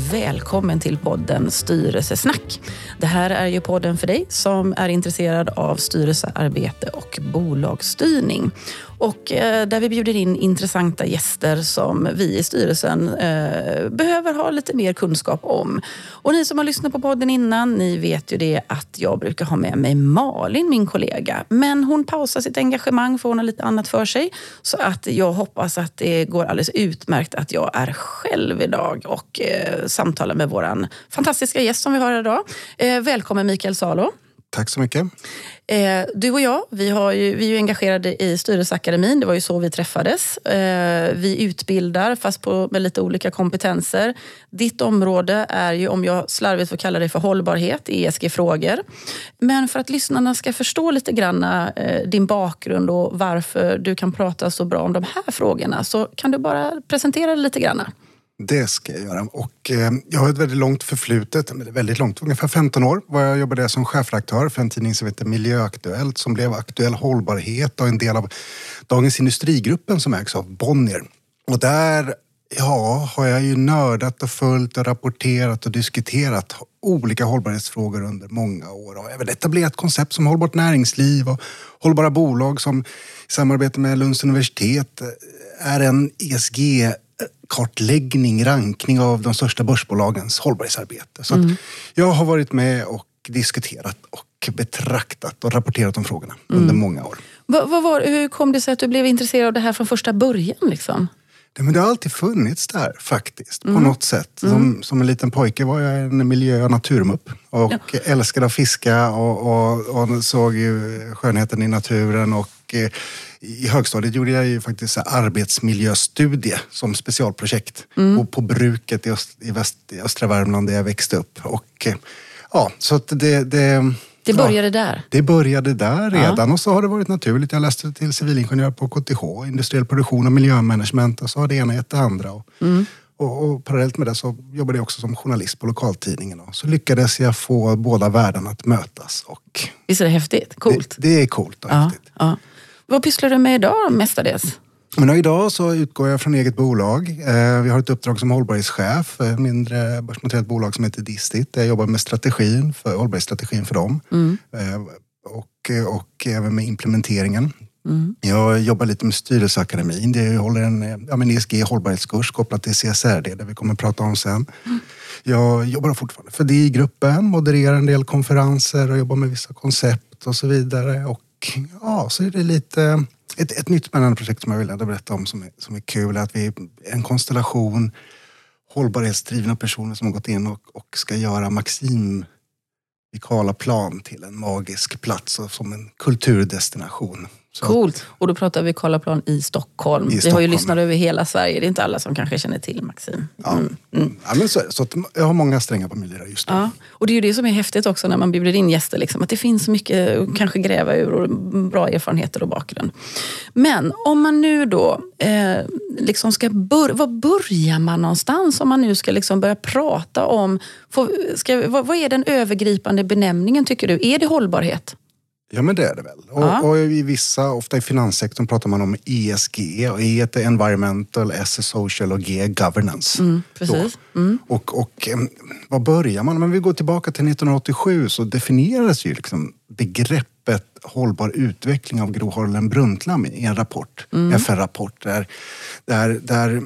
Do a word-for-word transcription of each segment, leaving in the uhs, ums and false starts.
välkommen till podden Styrelsesnack. Det här är ju podden för dig som är intresserad av styrelsearbete och bolagsstyrning. Och eh, där vi bjuder in intressanta gäster som vi i styrelsen eh, behöver ha lite mer kunskap om. Och ni som har lyssnat på podden innan, ni vet ju det att jag brukar ha med mig Malin, min kollega. Men hon pausar sitt engagemang för hon har lite annat för sig. Så att jag hoppas att det går alldeles utmärkt att jag är själv idag och eh, samtalar med våran fantastiska gäst som vi har idag. Eh, välkommen Mikael Salo. Tack så mycket. Eh, du och jag, vi, har ju, vi är ju engagerade i Styrelseakademin. Det var ju så vi träffades. Eh, vi utbildar fast på, med lite olika kompetenser. Ditt område är ju, om jag slarvigt får kalla det för hållbarhet, E S G-frågor. Men för att lyssnarna ska förstå lite grann eh, din bakgrund och varför du kan prata så bra om de här frågorna, så kan du bara presentera det lite grann. Det ska jag göra. Och eh, jag har ett väldigt långt förflutet, men det är väldigt långt, ungefär femton år var jag jobbade som chefredaktör för en tidning som heter Miljöaktuellt, som blev Aktuell hållbarhet och en del av Dagens Industrigruppen som ägs av Bonnier. Och där ja, har jag ju nördat och följt och rapporterat och diskuterat olika hållbarhetsfrågor under många år. Och även etablerat koncept som hållbart näringsliv och hållbara bolag som i samarbete med Lunds universitet är en E S G kartläggning, rankning av de största börsbolagens hållbarhetsarbete. Så mm. att jag har varit med och diskuterat och betraktat och rapporterat om frågorna mm. under många år. Vad, vad var, hur kom det sig att du blev intresserad av det här från första början liksom? Det, men det har alltid funnits där faktiskt, mm. på något sätt. Mm. Som, som en liten pojke var jag en miljö- och naturmupp och ja. älskade att fiska och, och, och såg ju skönheten i naturen. Och eh, i högstadiet gjorde jag ju faktiskt arbetsmiljöstudie som specialprojekt mm. på, på bruket i, öst, i, väst, i östra Värmland där jag växte upp. Och eh, ja, så att det... det Det började ja, där? Det började där redan ja. och så har det varit naturligt. Jag läste till civilingenjör på K T H, industriell produktion och miljömanagement, och så har det ena gett det andra. Och, mm. och, och parallellt med det så jobbade jag också som journalist på lokaltidningen. Och så lyckades jag få båda världarna att mötas. Och visst är det häftigt? Coolt. Det, det är coolt och ja, häftigt. Ja. Vad pysslar du med idag mestadels? Men idag så utgår jag från eget bolag. Eh, vi har ett uppdrag som hållbarhetschef för ett mindre börsnoterat bolag som heter Distit. Jag jobbar med strategin för, hållbarhetsstrategin för dem. Mm. Eh, och, och även med implementeringen. Mm. Jag jobbar lite med Styrelseakademin. Jag håller en ja, men E S G-hållbarhetskurs kopplat till C S R D, där vi kommer att prata om sen. Mm. Jag jobbar fortfarande för D I-gruppen, modererar en del konferenser och jobbar med vissa koncept och så vidare. Och ja, så är det lite... Ett, ett nytt spännande projekt som jag vill berätta om som är, som är kul är att vi är en konstellation hållbarhetsdrivna personer som har gått in och, och ska göra Maxim vid Karlaplan till en magisk plats och som en kulturdestination. Så. Coolt. Och då pratar vi Karlaplan i Stockholm. I vi Stockholm. har ju lyssnat över hela Sverige. Det är inte alla som kanske känner till Maxim. Ja, mm. Mm. ja men så, så att jag har många strängar på min lyra just nu. Ja. Och det är ju det som är häftigt också när man bjuder in gäster. Liksom, att det finns så mycket att kanske gräva ur och bra erfarenheter och bakgrund. Men om man nu då eh, liksom ska börja... Var börjar man någonstans om man nu ska liksom börja prata om... För, ska, vad, vad är den övergripande benämningen tycker du? Är det hållbarhet? Ja, men det är det väl. Och, ja. och i vissa, ofta i finanssektorn pratar man om E S G. Och E är environmental, S är social och G är governance. Mm, precis. Mm. Och, och vad börjar man? Men vi går tillbaka till nittonhundraåttiosju så definierades ju liksom begreppet hållbar utveckling av Gro Harlem Brundtland i en rapport. Mm. F N-rapport där... där, där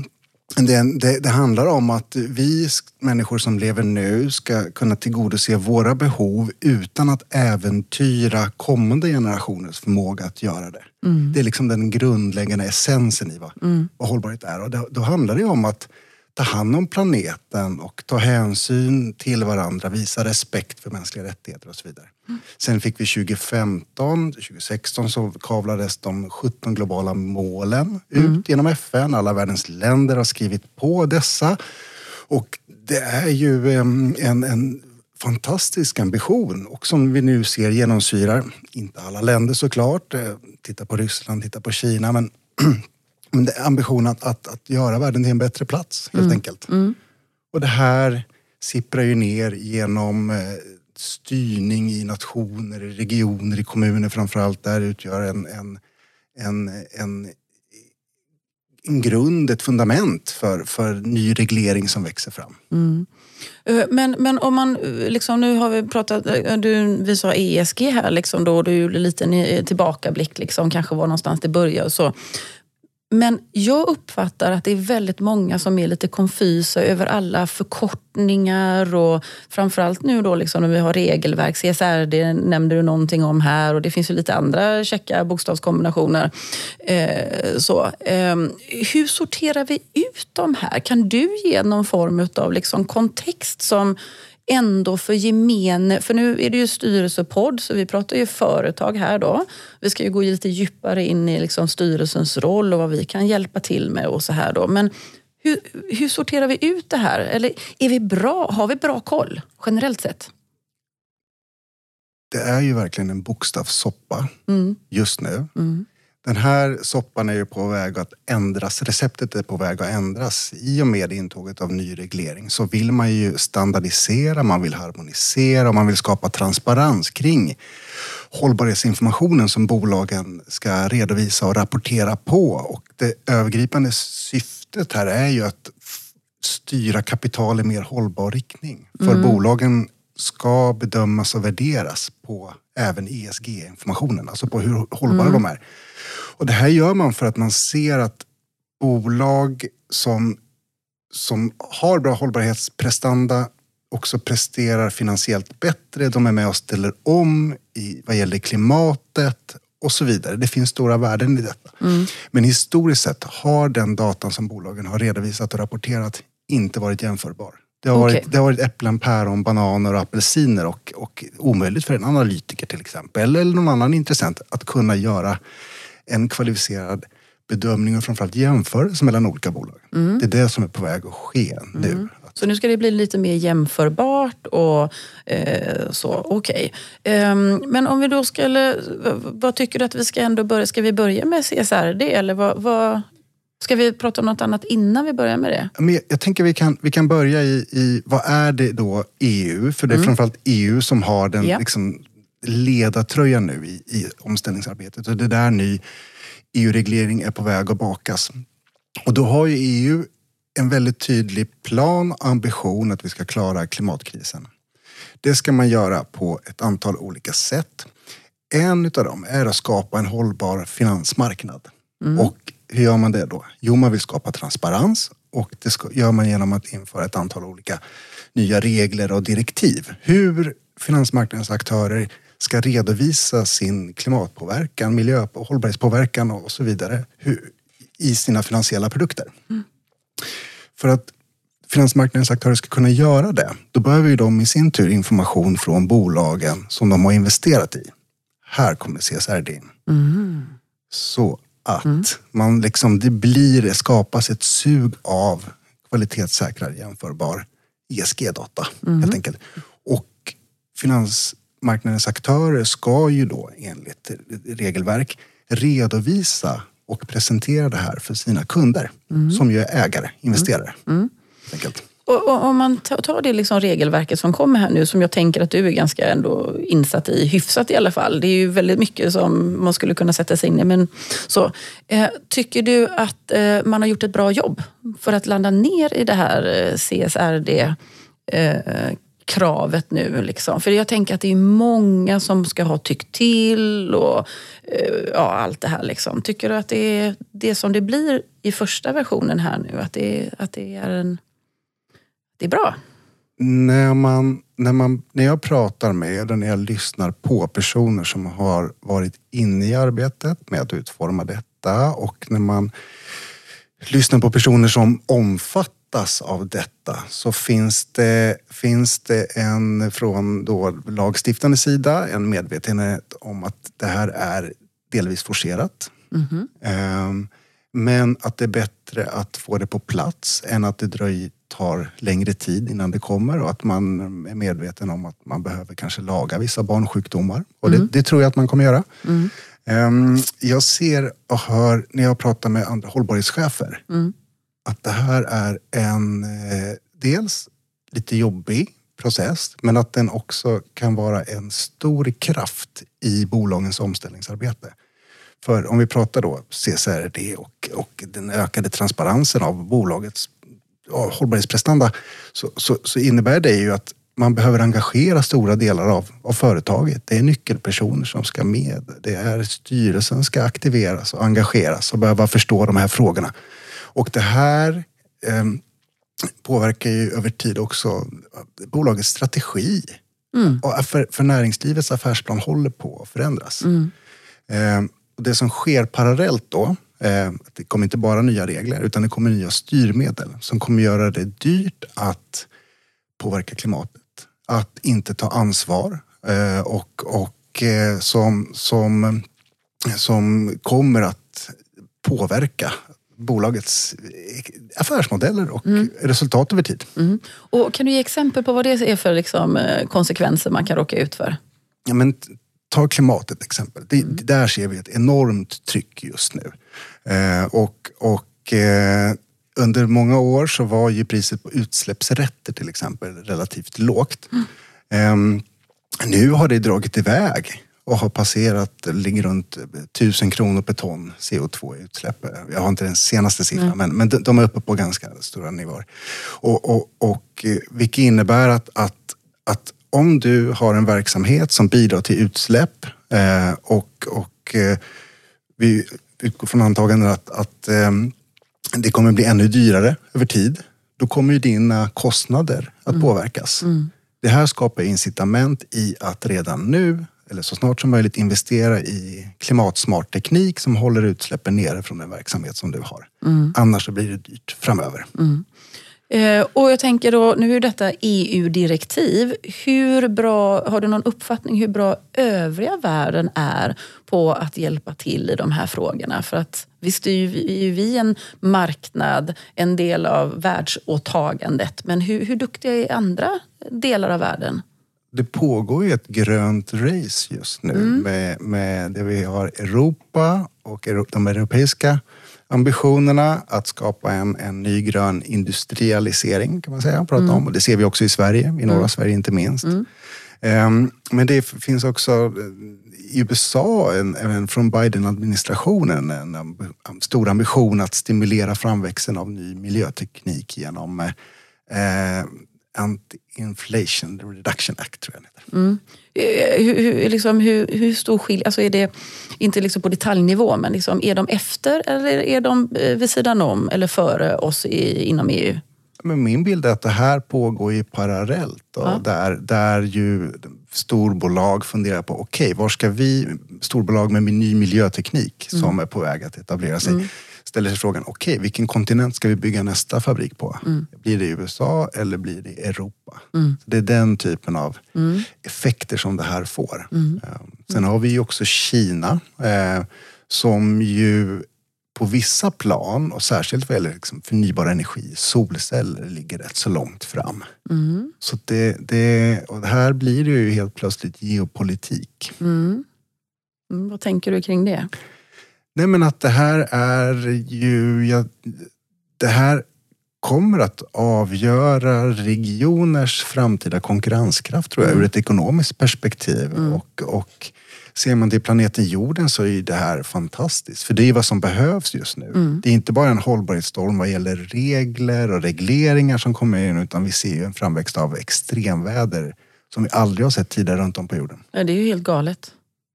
Det, det, det handlar om att vi människor som lever nu ska kunna tillgodose våra behov utan att äventyra kommande generationers förmåga att göra det. Mm. Det är liksom den grundläggande essensen i vad, mm. vad hållbarhet är. Och då, då handlar det om att ta hand om planeten och ta hänsyn till varandra, visa respekt för mänskliga rättigheter och så vidare. Mm. Sen fick vi tjugo femton, tjugo sexton så kavlades de sjutton globala målen mm. ut genom F N. Alla världens länder har skrivit på dessa. Och det är ju en, en, en fantastisk ambition och som vi nu ser genomsyrar, inte alla länder såklart, titta på Ryssland, titta på Kina, men Men det är ambitionen att, att, att göra världen till en bättre plats, helt mm. enkelt. Mm. Och det här sipprar ju ner genom eh, styrning i nationer, i regioner, i kommuner framförallt. Där utgör en, en, en, en, en grund, ett fundament för, för ny reglering som växer fram. Mm. Men, men om man, liksom, nu har vi pratat, du, vi sa E S G här liksom då, du gjorde lite tillbakablick liksom, kanske var någonstans det började och så. Men jag uppfattar att det är väldigt många som är lite konfusa över alla förkortningar och framförallt nu då liksom när vi har regelverk, C S R D nämnde du någonting om här och det finns ju lite andra checka bokstavskombinationer. Eh, så. Eh, hur sorterar vi ut de här? Kan du ge någon form av liksom kontext som ändå för gemene, för nu är det ju styrelsepodd så vi pratar ju företag här då. Vi ska ju gå lite djupare in i liksom styrelsens roll och vad vi kan hjälpa till med och så här då. Men hur, hur sorterar vi ut det här? Eller är vi bra, har vi bra koll generellt sett? Det är ju verkligen en bokstavssoppa mm. just nu. Mm. Den här soppan är ju på väg att ändras. Receptet är på väg att ändras. I och med intåget av ny reglering så vill man ju standardisera, man vill harmonisera och man vill skapa transparens kring hållbarhetsinformationen som bolagen ska redovisa och rapportera på. Och det övergripande syftet här är ju att styra kapital i mer hållbar riktning. För mm. bolagen ska bedömas och värderas på även E S G-informationen, alltså på hur hållbara mm. de är. Och det här gör man för att man ser att bolag som, som har bra hållbarhetsprestanda också presterar finansiellt bättre. De är med och ställer om i vad gäller klimatet och så vidare. Det finns stora värden i detta. Mm. Men historiskt sett har den datan som bolagen har redovisat och rapporterat inte varit jämförbar. Det har, okay. varit, det har varit äpplen, päron, bananer och apelsiner och, och omöjligt för en analytiker till exempel eller någon annan intressent att kunna göra en kvalificerad bedömning och framförallt jämförelse mellan olika bolag. Mm. Det är det som är på väg att ske nu. Mm. Så nu ska det bli lite mer jämförbart och eh, så, okej. Okay. Um, men om vi då skulle, vad tycker du att vi ska ändå börja, ska vi börja med C S R D eller vad, vad ska vi prata om något annat innan vi börjar med det? Men jag, jag tänker vi kan, vi kan börja i, i, vad är det då E U? För det är mm. framförallt E U som har den ja. liksom, ledartröjan nu i, i omställningsarbetet. Och det där ny E U-reglering är på väg att bakas. Och då har ju E U en väldigt tydlig plan och ambition att vi ska klara klimatkrisen. Det ska man göra på ett antal olika sätt. En av dem är att skapa en hållbar finansmarknad. Mm. Och hur gör man det då? Jo, man vill skapa transparens och det ska, gör man genom att införa ett antal olika nya regler och direktiv. Hur finansmarknadens aktörer ska redovisa sin klimatpåverkan, miljö- och hållbarhetspåverkan och så vidare hur, i sina finansiella produkter. Mm. För att finansmarknadens aktörer ska kunna göra det, då behöver ju de i sin tur information från bolagen som de har investerat i. Här kommer C S R D in. Mm. Så att mm. man liksom, det blir, det skapas ett sug av kvalitetssäkrad jämförbar E S G-data mm. helt enkelt. Och finansmarknadens aktörer ska ju då enligt regelverk redovisa och presentera det här för sina kunder mm. som ju är ägare, investerare. Mm. Helt enkelt. Och, och om man tar det liksom regelverket som kommer här nu som jag tänker att du är ganska ändå insatt i, hyfsat i alla fall. Det är ju väldigt mycket som man skulle kunna sätta sig in i. Men så, eh, tycker du att eh, man har gjort ett bra jobb för att landa ner i det här C S R D eh, kravet nu liksom? För jag tänker att det är många som ska ha tyckt till och eh, ja, allt det här liksom. Tycker du att det är det som det blir i första versionen här nu? Att det, att det är en Det är bra. När, man, när, man, när jag pratar med och när jag lyssnar på personer som har varit inne i arbetet med att utforma detta och när man lyssnar på personer som omfattas av detta så finns det, finns det en från då lagstiftande sida en medvetenhet om att det här är delvis forcerat. Mm-hmm. Um, men att det är bättre att få det på plats än att det dröjer tar längre tid innan det kommer och att man är medveten om att man behöver kanske laga vissa barnsjukdomar. Och mm. det, det tror jag att man kommer göra. Mm. Um, jag ser och hör när jag pratar med andra hållbarhetschefer mm. att det här är en eh, dels lite jobbig process men att den också kan vara en stor kraft i bolagens omställningsarbete. För om vi pratar då C S R D och, och den ökade transparensen av bolagets ja, hållbarhetsprestanda så, så, så innebär det ju att man behöver engagera stora delar av, av företaget. Det är nyckelpersoner som ska med. Det är styrelsen ska aktiveras och engageras och behöva förstå de här frågorna. Och det här eh, påverkar ju över tid också bolagets strategi. Mm. Och för, för näringslivets affärsplan håller på att förändras. Mm. Eh, och det som sker parallellt då, eh, det kommer inte bara nya regler utan det kommer nya styrmedel som kommer göra det dyrt att påverka klimatet. Att inte ta ansvar eh, och, och eh, som, som, som kommer att påverka bolagets affärsmodeller och mm. resultat över tid. Mm. Och kan du ge exempel på vad det är för liksom, konsekvenser man kan råka ut för? Ja, men ta klimatet exempel. Det, mm. Där ser vi ett enormt tryck just nu. Eh, och och eh, under många år så var ju priset på utsläppsrätter till exempel relativt lågt. Mm. Eh, nu har det dragit iväg och har passerat, ligger runt tusen kronor per ton C O två i utsläpp. Jag har inte den senaste siffran, mm. men, men de är uppe på ganska stora nivåer. Och, och, och vilket innebär att, att, att om du har en verksamhet som bidrar till utsläpp eh, och, och eh, vi utgår från antagandet att, att eh, det kommer bli ännu dyrare över tid, då kommer ju dina kostnader att mm. påverkas. Mm. Det här skapar incitament i att redan nu eller så snart som möjligt investera i klimatsmart teknik som håller utsläppen nere från den verksamhet som du har. Mm. Annars så blir det dyrt framöver. Mm. Eh, och jag tänker då, nu är detta E U-direktiv. Hur bra, har du någon uppfattning hur bra övriga världen är på att hjälpa till i de här frågorna? För att visst är ju vi en marknad, en del av världsåtagandet. Men hur, hur duktiga är andra delar av världen? Det pågår ju ett grönt race just nu mm. med, med det vi har Europa och de europeiska ambitionerna att skapa en, en ny grön industrialisering kan man säga, prata mm. om. Och det ser vi också i Sverige, i norra mm. Sverige inte minst. Mm. Um, men det finns också i U S A, en, en, från Biden-administrationen, en, en, en stor ambition att stimulera framväxten av ny miljöteknik genom eh, Anti-Inflation Reduction Act, tror jag det heter. Mm. Hur, hur, liksom, hur, hur stor skillnad, alltså är det inte liksom på detaljnivå, men liksom, är de efter eller är de vid sidan om eller före oss i, inom E U? Men min bild är att det här pågår ju parallellt då, ja. där, där ju storbolag funderar på okej, okay, var ska vi, storbolag med ny miljöteknik mm. som är på väg att etablera sig, mm. ställer sig frågan, okej, okay, vilken kontinent ska vi bygga nästa fabrik på? Mm. Blir det i U S A eller blir det i Europa? Mm. Det är den typen av mm. effekter som det här får. Mm. Sen har vi ju också Kina eh, som ju på vissa plan och särskilt vad gäller liksom förnybar energi, solceller ligger rätt så långt fram. Mm. Så det, det, och här blir det ju helt plötsligt geopolitik. Mm. Mm, vad tänker du kring det? Nej, men att det här är ju, ja, det här kommer att avgöra regioners framtida konkurrenskraft tror jag, mm. ur ett ekonomiskt perspektiv. Mm. Och, och ser man till planeten jorden så är det här fantastiskt. För det är vad som behövs just nu. Mm. Det är inte bara en hållbarhetsstorm vad gäller regler och regleringar som kommer in, utan vi ser ju en framväxt av extremväder som vi aldrig har sett tidigare runt om på jorden. Ja, det är ju helt galet.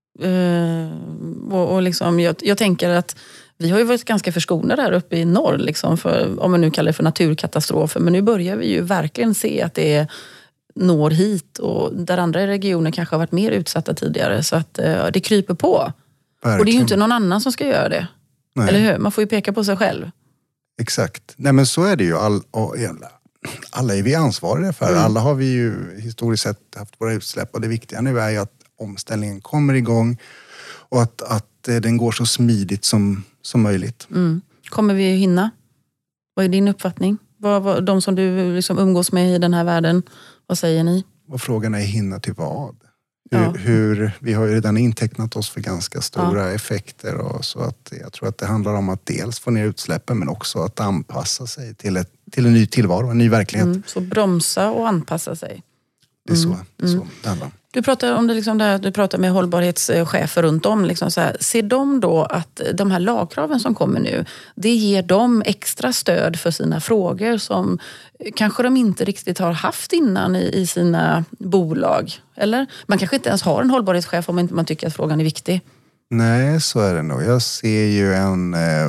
Uh, och, och liksom, jag, jag tänker att vi har ju varit ganska förskonade där uppe i norr liksom för, om man nu kallar det för naturkatastrofer, men nu börjar vi ju verkligen se att det är, når hit och där andra regioner kanske har varit mer utsatta tidigare, så att uh, det kryper på. Verkligen. Och det är ju inte någon annan som ska göra det. Nej. Eller hur? Man får ju peka på sig själv. Exakt. Nej, men så är det ju. All, och, alla är vi ansvariga för. Mm. Alla har vi ju historiskt sett haft våra utsläpp, och det viktiga nu är ju att omställningen kommer igång och att, att den går så smidigt som, som möjligt. Mm. Kommer vi hinna? Vad är din uppfattning? Vad, vad, de som du liksom umgås med i den här världen, vad säger ni? Och frågan är hinna till vad? Hur, ja. hur, vi har ju redan intecknat oss för ganska stora ja. effekter, och så att jag tror att det handlar om att dels få ner utsläppen men också att anpassa sig till, ett, till en ny tillvaro, en ny verklighet. Mm, så bromsa och anpassa sig. Det är så, Mm. det är så det handlar om. Du pratar om det, liksom där, du pratar med hållbarhetschefer runt om. Liksom så här, ser de då att de här lagkraven som kommer nu, det ger dem extra stöd för sina frågor som kanske de inte riktigt har haft innan i, i sina bolag? Eller? Man kanske inte ens har en hållbarhetschef om inte man tycker att frågan är viktig. Nej, så är det nog. Jag ser ju en eh,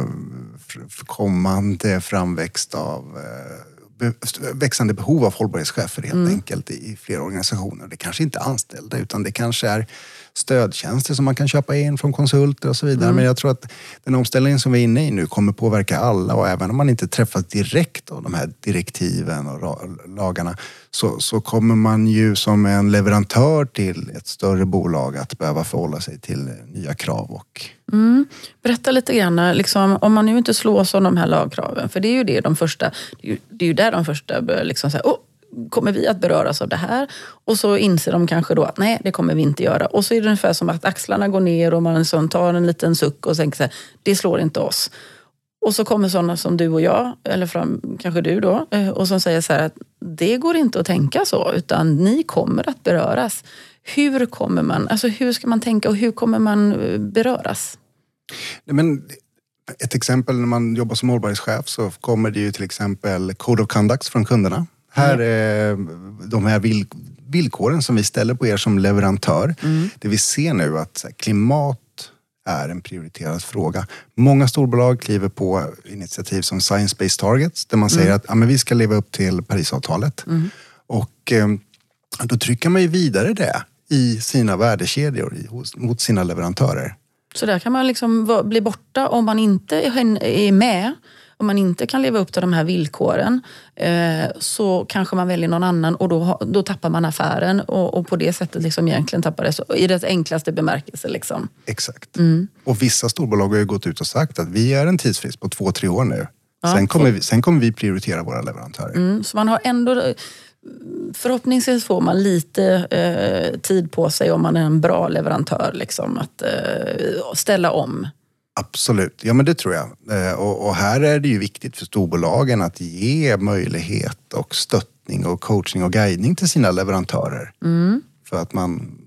kommande framväxt av eh, växande behov av hållbarhetschefer helt mm. enkelt i flera organisationer. Det kanske inte är anställda utan det kanske är stödtjänster som man kan köpa in från konsulter och så vidare. Mm. Men jag tror att den omställningen som vi är inne i nu kommer påverka alla och även om man inte träffas direkt av de här direktiven och lagarna så, så kommer man ju som en leverantör till ett större bolag att behöva förhålla sig till nya krav. Och... Mm. Berätta lite grann, liksom, om man nu inte slås av de här lagkraven, för det är ju det de första, det är ju, det är ju där de första börjar liksom säga, åh, kommer vi att beröras av det här? Och så inser de kanske då att nej, det kommer vi inte göra. Och så är det ungefär som att axlarna går ner och man så tar en liten suck och tänker så här, det slår inte oss. Och så kommer sådana som du och jag, eller fram, kanske du då, och som säger så här att det går inte att tänka så, utan ni kommer att beröras. Hur kommer man, alltså hur ska man tänka och hur kommer man beröras? Men ett exempel när man jobbar som hållbarhetschef så kommer det ju till exempel Code of Conduct från kunderna. Här är de här villkoren som vi ställer på er som leverantör. Mm. Det vi ser nu att klimat är en prioriterad fråga. Många storbolag kliver på initiativ som Science Based Targets där man säger mm. att ja, men vi ska leva upp till Parisavtalet. Mm. Och eh, då trycker man ju vidare det i sina värdekedjor mot sina leverantörer. Så där kan man liksom bli borta om man inte är med. Om man inte kan leva upp till de här villkoren eh, så kanske man väljer någon annan och då, då tappar man affären och, och på det sättet liksom egentligen tappar det så, i det enklaste bemärkelse. Liksom. Exakt. Mm. Och vissa storbolag har ju gått ut och sagt att vi är en tidsfrist på två, tre år nu. Ja, sen, kommer vi, sen kommer vi prioritera våra leverantörer. Mm, så man har ändå, förhoppningsvis får man lite eh, tid på sig om man är en bra leverantör liksom, att eh, ställa om. Absolut, ja men det tror jag. Och, och här är det ju viktigt för storbolagen att ge möjlighet och stöttning och coaching och guidning till sina leverantörer. Mm. För att man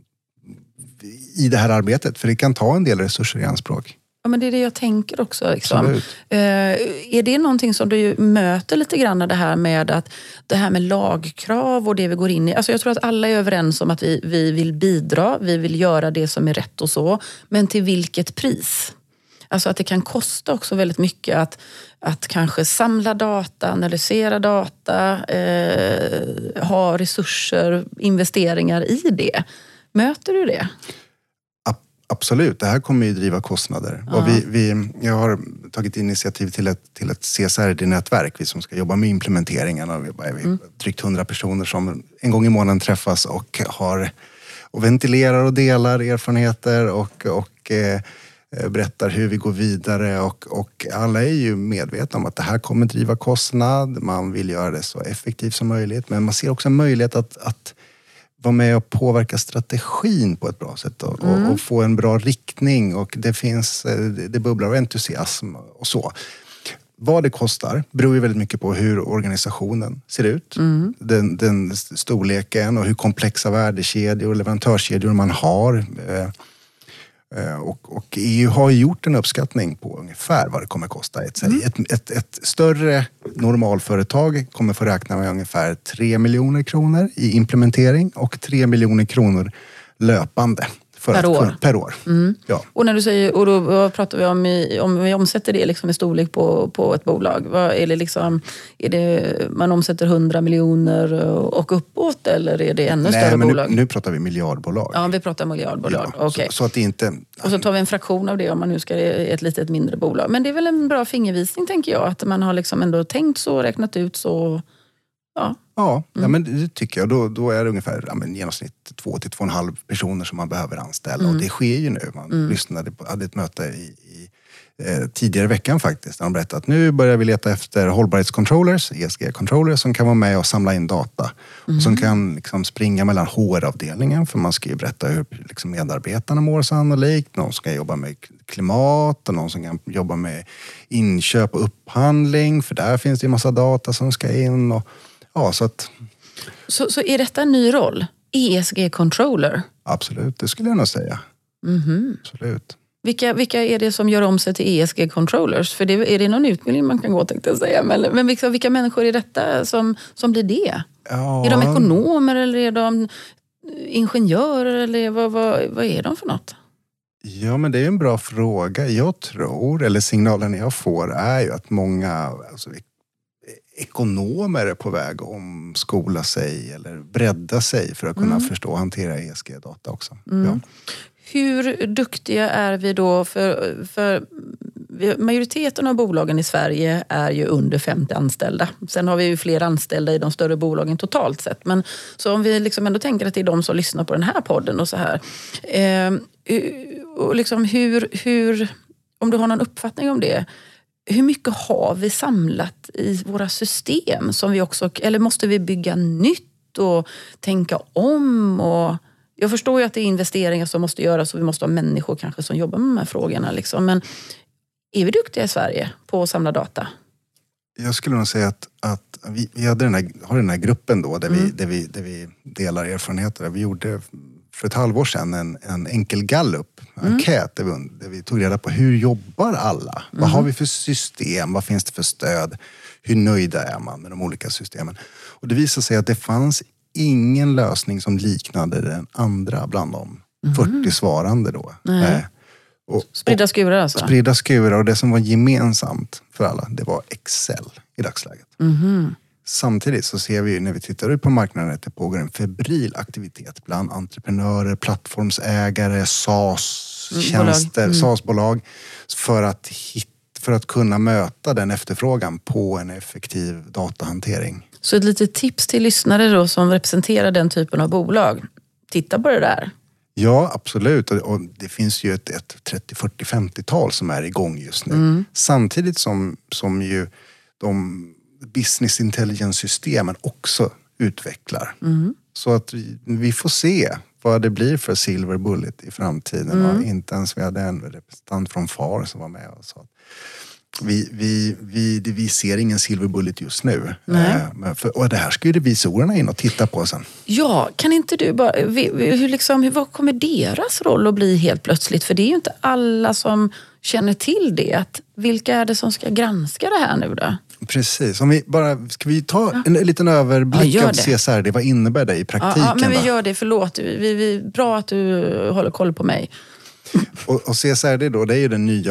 i det här arbetet, för det kan ta en del resurser i anspråk. Ja men det är det jag tänker också. Liksom. Absolut. Eh, är det någonting som du möter lite grann det här med att det här med lagkrav och det vi går in i. Alltså jag tror att alla är överens om att vi, vi vill bidra, vi vill göra det som är rätt och så. Men till vilket pris? Alltså att det kan kosta också väldigt mycket att, att kanske samla data, analysera data, eh, ha resurser, investeringar i det. Möter du det? Absolut, det här kommer ju driva kostnader. Ja. Och vi, vi, jag har tagit initiativ till ett, till ett C S R D-nätverk, vi som ska jobba med implementeringen. Och vi är mm. drygt hundra personer som en gång i månaden träffas och, har, och ventilerar och delar erfarenheter och, och eh, berättar hur vi går vidare och, och alla är ju medvetna om att det här kommer driva kostnad. Man vill göra det så effektivt som möjligt, men man ser också en möjlighet att, att vara med och påverka strategin på ett bra sätt och, mm. och, och få en bra riktning och det finns, det bubblar av entusiasm och så. Vad det kostar beror ju väldigt mycket på hur organisationen ser ut, mm. den, den storleken och hur komplexa värdekedjor och leverantörskedjor man har. Och, och E U har gjort en uppskattning på ungefär vad det kommer kosta. Ett, mm. ett, ett, ett större normalföretag kommer få räkna med ungefär tre miljoner kronor i implementering och tre miljoner kronor löpande. För per, år. Kunna, per år. Mm. Ja. Och när du säger, och då pratar vi om, i, om vi omsätter det liksom i storlek på, på ett bolag. Vad är det liksom, är det, man omsätter hundra miljoner och uppåt eller är det ännu Nej, större men bolag? Nu, nu pratar vi miljardbolag. Ja, vi pratar miljardbolag. Ja, okay. så, så att det inte... Och så tar vi en fraktion av det om man nu ska i ett litet mindre bolag. Men det är väl en bra fingervisning tänker jag, att man har liksom ändå tänkt så, räknat ut så... Ja, ja, mm. ja men det tycker jag. Då, då är det ungefär ja, men genomsnitt två till två och en halv personer som man behöver anställa. Mm. Och det sker ju nu. Man mm. lyssnade på, hade ett möte i, i eh, tidigare i veckan faktiskt. Där de berättade att nu börjar vi leta efter hållbarhetscontrollers, E S G-controllers som kan vara med och samla in data. Mm. Och som kan liksom springa mellan H R-avdelningen. För man ska ju berätta hur liksom, medarbetarna mår sannolikt. Någon ska jobba med klimat och någon som kan jobba med inköp och upphandling. För där finns det ju massa data som ska in och ja, så att... Så, så är detta en ny roll? E S G-controller? Absolut, det skulle jag nog säga. Mm-hmm. Absolut. Vilka, vilka är det som gör om sig till E S G-controllers? För det, är det någon utbildning man kan gå, tänkte jag säga. Men, men vilka, vilka människor är detta som, som blir det? Ja. Är de ekonomer eller är de ingenjörer? Eller vad, vad, vad är de för något? Ja, men det är en bra fråga. Jag tror, eller signalen jag får är ju att många alltså, ekonomer är på väg att omskola sig eller bredda sig för att kunna mm. förstå och hantera E S G-data också. Mm. Ja. Hur duktiga är vi då? För, för majoriteten av bolagen i Sverige är ju under femtio anställda. Sen har vi ju fler anställda i de större bolagen totalt sett. Men så om vi liksom ändå tänker att det är de som lyssnar på den här podden och så här. Eh, och liksom hur, hur, om du har någon uppfattning om det, hur mycket har vi samlat i våra system som vi också, eller måste vi bygga nytt och tänka om? Och jag förstår ju att det är investeringar som måste göras och vi måste ha människor kanske som jobbar med de här frågorna liksom. Men är vi duktiga i Sverige på att samla data? Jag skulle nog säga att, att vi, vi hade den här, har den här gruppen då där, mm. vi, där, vi, där vi delar erfarenheter. Vi gjorde för ett halvår sedan en, en enkel gallup, en mm. enkät där vi, där vi tog reda på hur jobbar alla? Mm. Vad har vi för system? Vad finns det för stöd? Hur nöjda är man med de olika systemen? Och det visade sig att det fanns ingen lösning som liknade den andra bland de mm. fyrtio svarande då. Eh, och, spridda skurar alltså? Spridda skurar, och det som var gemensamt för alla, det var Excel i dagsläget. Mm. Samtidigt så ser vi när vi tittar ut på marknaden att det pågår en febril aktivitet bland entreprenörer, plattformsägare, SaaS-tjänster, mm. SaaS-bolag för att hitta, för att kunna möta den efterfrågan på en effektiv datahantering. Så ett litet tips till lyssnare då som representerar den typen av bolag. Titta på det där. Ja, absolut. Och det finns ju ett, ett trettio, fyrtio, femtio-tal som är igång just nu. Mm. Samtidigt som, som ju de business intelligence-systemen också utvecklar. Mm. Så att vi, vi får se vad det blir för silver bullet i framtiden. Mm. Och inte ens vi hade en representant från F A R som var med och sa att Vi, vi, vi, vi ser ingen silver bullet just nu. Eh, för, och det här ska ju revisorerna in och titta på sen. Ja, kan inte du bara... Hur liksom, vad kommer deras roll att bli helt plötsligt? För det är ju inte alla som känner till det. Att, vilka är det som ska granska det här nu då? Precis. Om vi bara, ska vi ta ja. en, en liten överblick ja, av C S R D? Vad innebär det i praktiken? Ja, ja men vi då? gör det. Förlåt. Vi, vi, bra att du håller koll på mig. Och, och C S R D då, det är ju den nya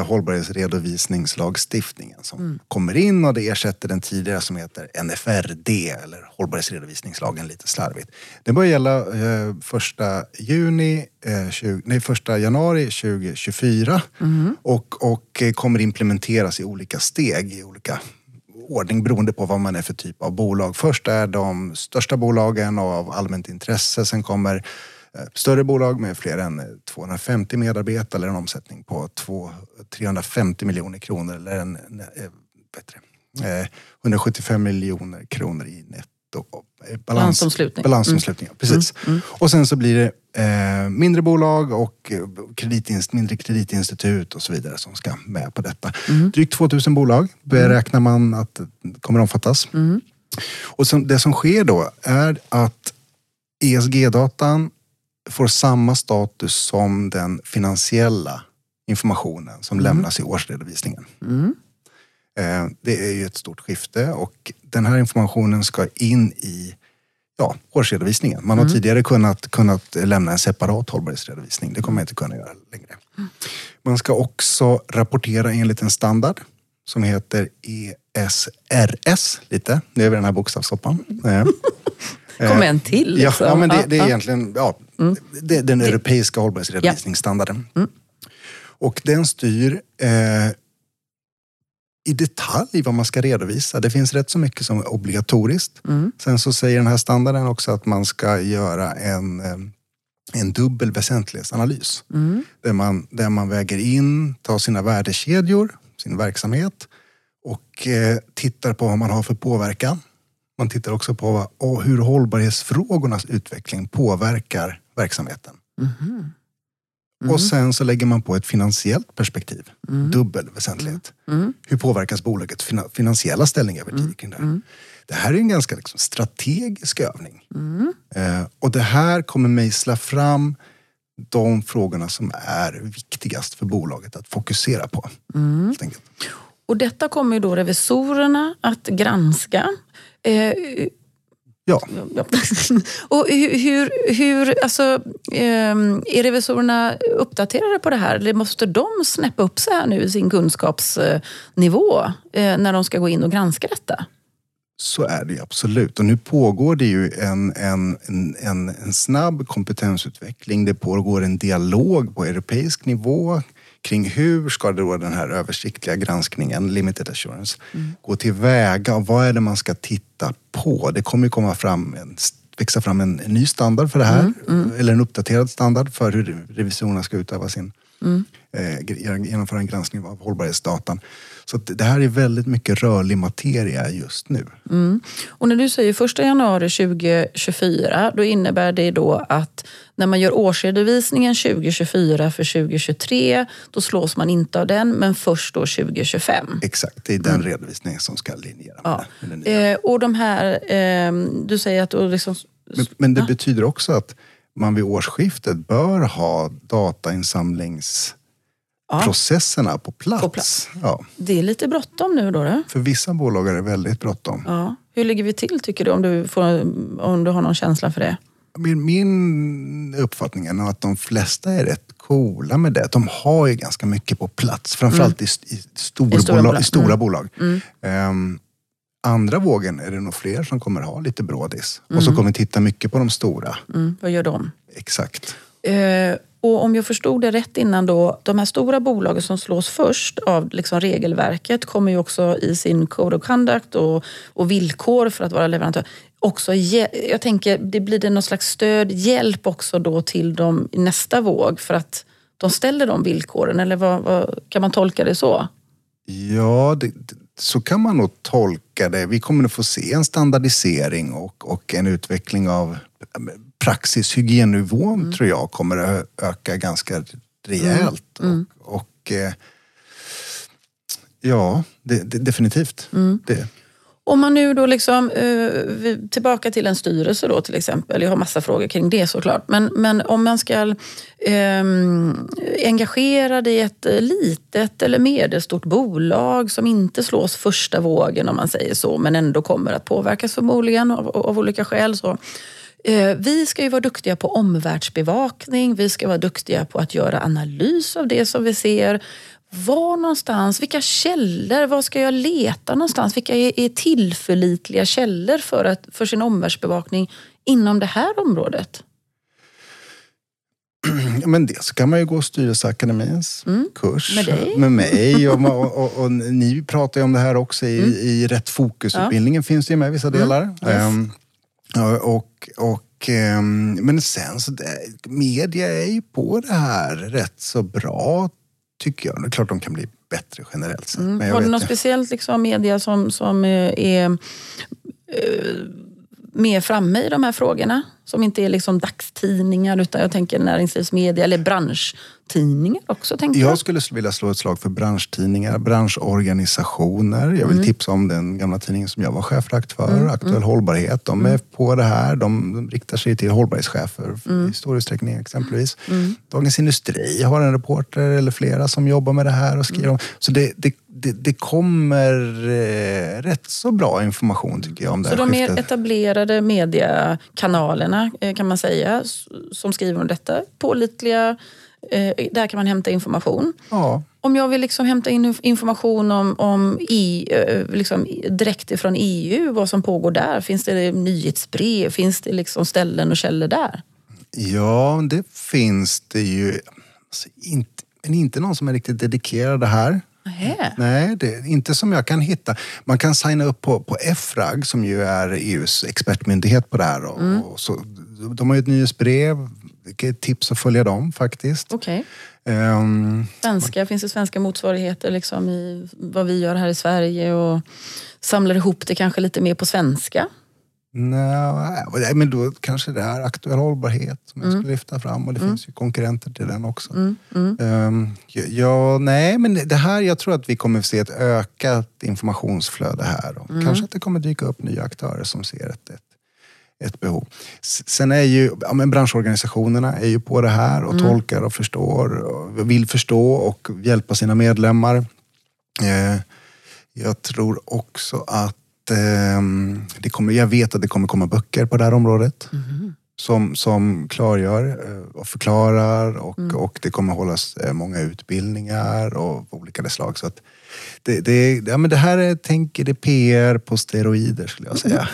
hållbarhetsredovisningslagstiftningen som mm. kommer in, och det ersätter den tidigare som heter N F R D eller hållbarhetsredovisningslagen lite slarvigt. Det börjar gälla eh, första juni, eh, tjugo, nej, första januari tjugo tjugofyra mm. och, och kommer implementeras i olika steg, i olika ordning beroende på vad man är för typ av bolag. Först är de största bolagen av allmänt intresse, sen kommer större bolag med fler än tvåhundrafemtio medarbetare eller en omsättning på trehundrafemtio miljoner kronor eller en, äh, bättre, eh, hundrasjuttiofem miljoner kronor i netto balans, balansomslutning. balansomslutning. Mm. Precis. Mm. Mm. Och sen så blir det eh, mindre bolag och kreditinst, mindre kreditinstitut och så vidare som ska med på detta. Mm. Drygt tvåtusen bolag beräknar man att kommer omfattas. Mm. Och så, det som sker då är att E S G-datan får samma status som den finansiella informationen som mm. lämnas i årsredovisningen. Mm. Eh, det är ju ett stort skifte, och den här informationen ska in i ja, årsredovisningen. Man har mm. tidigare kunnat, kunnat lämna en separat hållbarhetsredovisning. Det kommer man inte kunna göra längre. Mm. Man ska också rapportera enligt en standard som heter E S R S lite. Det är den här bokstavssoppan. Mm. Kom en till. Liksom. Ja, men det, det är ja. egentligen ja, mm. det, den europeiska hållbarhetsredovisningsstandarden. Ja. Mm. Och den styr eh, i detalj vad man ska redovisa. Det finns rätt så mycket som är obligatoriskt. Mm. Sen så säger den här standarden också att man ska göra en, en dubbel väsentlighetsanalys. Mm. Där, man, där man väger in, tar sina värdekedjor, sin verksamhet och eh, tittar på vad man har för påverkan. Man tittar också på vad, hur hållbarhetsfrågornas utveckling påverkar verksamheten. Mm. Mm. Och sen så lägger man på ett finansiellt perspektiv. Mm. Dubbel väsentlighet. Mm. Hur påverkas bolagets finansiella ställning över tid kring det här? Mm. Det här är en ganska liksom strategisk övning. Mm. Eh, och Och det här kommer mejsla fram de frågorna som är viktigast för bolaget att fokusera på. Mm. Och detta kommer ju då revisorerna att granska. Eh, ja. Och hur, hur, hur alltså, eh, är revisorerna uppdaterade på det här? Eller måste de snäppa upp sig här nu i sin kunskapsnivå eh, när de ska gå in och granska detta? Så är det ju absolut. Och nu pågår det ju en, en, en, en snabb kompetensutveckling. Det pågår en dialog på europeisk nivå kring hur ska då den här översiktliga granskningen, limited assurance, mm. gå tillväga och vad är det man ska titta på. Det kommer ju komma fram en, växa fram en, en ny standard för det här, mm. Mm. eller en uppdaterad standard för hur revisorerna ska utöva sin, mm. eh, genomföra en granskning av hållbarhetsdatan. Så det här är väldigt mycket rörlig materia just nu. Mm. Och när du säger första januari tjugohundratjugofyra, då innebär det då att när man gör årsredovisningen tjugohundratjugofyra för tjugohundratjugotre, då slås man inte av den, men först då tjugohundratjugofem. Exakt, det är den mm. redovisningen som ska linjera ja. med den nya. Eh, och de här, eh, du säger att... Då liksom, men, men det ja. betyder också att man vid årsskiftet bör ha datainsamlings... Ja. processerna på plats. På plats. Ja. Det är lite bråttom nu då, då? För vissa bolag är det väldigt bråttom. Ja. Hur ligger vi till tycker du om du, får, om du har någon känsla för det? Min, min uppfattning är att de flesta är rätt coola med det. De har ju ganska mycket på plats. Framförallt mm. i, i, stor I stora bolag. I stora mm. bolag. Mm. Um, andra vågen är det nog fler som kommer ha lite brådis. Mm. Och så kommer vi titta mycket på de stora. Mm. Vad gör de? Exakt. Uh, Och om jag förstod det rätt innan då, de här stora bolagen som slås först av liksom regelverket kommer ju också i sin code of conduct och, och villkor för att vara leverantör. Också, jag tänker, det blir det någon slags stöd, hjälp också då till dem i nästa våg för att de ställer de villkoren, eller vad, vad, kan man tolka det så? Ja, det, så kan man nog tolka det. Vi kommer att få se en standardisering och, och en utveckling av praxis, hygiennivån mm. tror jag kommer att öka ganska rejält. Mm. Mm. Och, och eh, ja, det, det, definitivt. Mm. Det. Om man nu då liksom, eh, tillbaka till en styrelse då till exempel, jag har massa frågor kring det såklart, men, men om man ska eh, engagera i ett litet eller medelstort bolag som inte slås första vågen om man säger så, men ändå kommer att påverkas förmodligen av, av olika skäl så. Vi ska ju vara duktiga på omvärldsbevakning, vi ska vara duktiga på att göra analys av det som vi ser. Var någonstans, vilka källor, vad ska jag leta någonstans? Vilka är, är tillförlitliga källor för, att, för sin omvärldsbevakning inom det här området? Men det så kan man ju gå Styrelseakademins mm. kurs med, dig. med mig och, och, och, och ni pratar ju om det här också i, mm. i Rätt fokusutbildningen ja. finns det ju med vissa delar. Mm. Yes. Um, Och, och, men sen så det, media är ju på det här rätt så bra tycker jag. Det är klart de kan bli bättre generellt sett. Mm. Har du något speciellt liksom, media som, som är, är mer framme i de här frågorna? Som inte är liksom dagstidningar utan jag tänker näringslivsmedia eller branschtidningar också. Tänker jag. jag skulle vilja slå ett slag för branschtidningar, branschorganisationer. Jag vill mm. tipsa om den gamla tidningen som jag var chefredaktör för, mm. Aktuell mm. hållbarhet. De är mm. på det här. De, de riktar sig till hållbarhetschefer mm. i stor utsträckning exempelvis. Mm. Dagens Industri har en reporter eller flera som jobbar med det här och skriver om. Så det, det Det, det kommer eh, rätt så bra information tycker jag om det här Så de skiftet. mer etablerade mediekanalerna eh, kan man säga som skriver om detta, pålitliga, eh, där kan man hämta information. Ja. Om jag vill liksom hämta in information om, om i, eh, liksom direkt ifrån E U, vad som pågår där, finns det nyhetsbrev, finns det liksom ställen och källor där? Ja, det finns det ju. Alltså, inte, men inte någon som är riktigt dedikerad det här. Aha. Nej, det är inte som jag kan hitta. Man kan signa upp på, på F R A G som ju är E U:s expertmyndighet på det här. Och, mm. och så, de har ju ett nyhetsbrev. Det är ett tips att följa dem faktiskt. Okej. Okay. Um, svenska, finns det svenska motsvarigheter liksom i vad vi gör här i Sverige och samlar ihop det kanske lite mer på svenska? Nej, men då kanske det är Aktuell hållbarhet som jag mm. ska lyfta fram och det mm. finns ju konkurrenter till den också. Mm. Mm. Um, ja, nej, men det här, jag tror att vi kommer att se ett ökat informationsflöde här och mm. kanske att det kommer dyka upp nya aktörer som ser ett, ett, ett behov. Sen är ju, ja, men branschorganisationerna är ju på det här och mm. tolkar och förstår och vill förstå och hjälpa sina medlemmar. Eh, jag tror också att eh, det kommer, jag vet att det kommer komma böcker på det här området. Mm. Som, som klargör och förklarar och, mm. och det kommer hållas många utbildningar och olika slag. Så att det, det, ja, men det här är, tänker det P R på steroider skulle jag säga.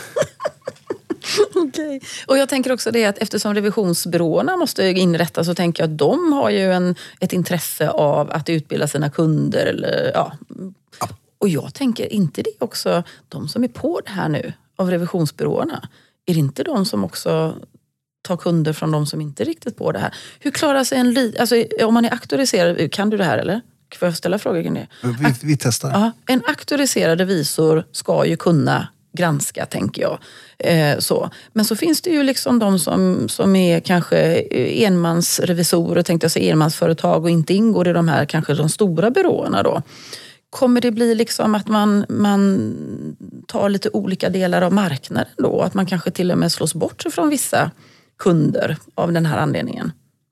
Okej. Och jag tänker också det att eftersom revisionsbyråerna måste inrättas så tänker jag att de har ju en, ett intresse av att utbilda sina kunder. Eller, ja. Ja. Och jag tänker, inte det också de som är på det här nu av revisionsbyråerna? Är det inte de som också tar kunder från de som inte är riktigt på det här? Hur klarar sig en li- alltså om man är auktoriserad, kan du det här eller? Får jag ställa frågor kring det? Vi, vi testar. Ja, en auktoriserad revisor ska ju kunna granska, tänker jag. Eh, så. Men så finns det ju liksom de som, som är kanske enmansrevisorer, tänkte jag säga enmansföretag och inte ingår i de här kanske de stora byråerna då. Kommer det bli liksom att man, man tar lite olika delar av marknaden då? Att man kanske till och med slås bort från vissa kunder av den här anledningen?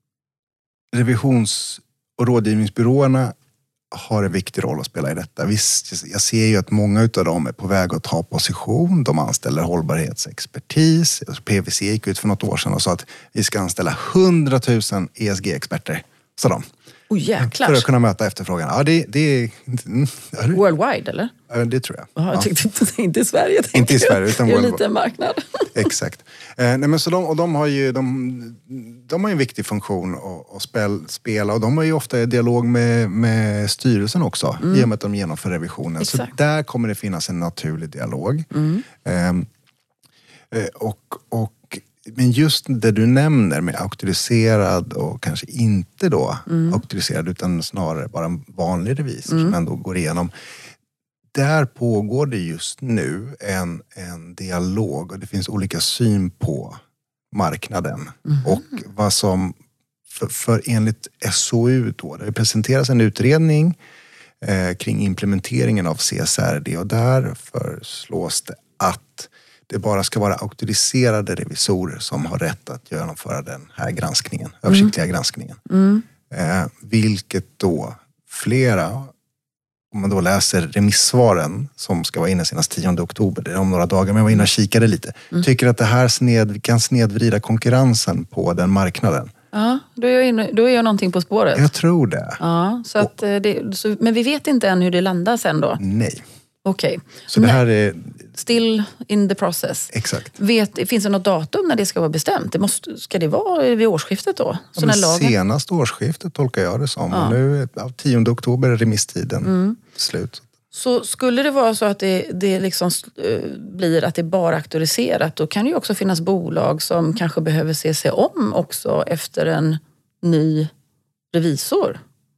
Revisions- och rådgivningsbyråerna har en viktig roll att spela i detta. Visst, jag ser ju att många av dem är på väg att ta position. De anställer hållbarhetsexpertis. P W C gick ut för något år sedan och sa att vi ska anställa hundratusen E S G-experter, sa de. Oh, jäklar. För att kunna möta efterfrågan. Ja, det, det är... Worldwide, eller? Ja, det tror jag. Aha, jag tyckte inte, inte i Sverige. Inte i Sverige, utan det är en liten marknad. Exakt. Eh, nej, men så de, och de har ju de, de har ju en viktig funktion att, att spel, spela och de har ju ofta i dialog med, med styrelsen också mm. i och med att de genomför revisionen. Exakt. Så där kommer det finnas en naturlig dialog. Mm. Eh, och, och Men just det du nämner med auktoriserad och kanske inte då mm. auktoriserad utan snarare bara en vanlig revisor mm. som ändå går igenom. Där pågår det just nu en, en dialog och det finns olika syn på marknaden. Mm. Och vad som, för, för enligt S O U då, det presenteras en utredning eh, kring implementeringen av C S R D och där föreslås det att det bara ska vara auktoriserade revisorer som har rätt att genomföra den här granskningen, mm. översiktliga granskningen. Mm. Eh, vilket då flera, om man då läser remissvaren som ska vara inne senast tionde oktober, det är om några dagar, men jag var inne och kikade lite, mm. tycker att det här sned, kan snedvrida konkurrensen på den marknaden. Ja, då är, jag inne, då är jag någonting på spåret. Jag tror det. Ja, så att det, så, men vi vet inte än hur det landar sen då? Nej. Okej. Okay. Så det här är... Still in the process. Exakt. Vet, finns det något datum när det ska vara bestämt? Det måste, ska det vara vid årsskiftet då? Så ja, lagen... Senaste årsskiftet tolkar jag det som. Ja. Och nu av tionde oktober är remisstiden mm. slut. Så skulle det vara så att det, det liksom blir att det är bara auktoriserat, då kan det ju också finnas bolag som kanske behöver se sig om också efter en ny revisor.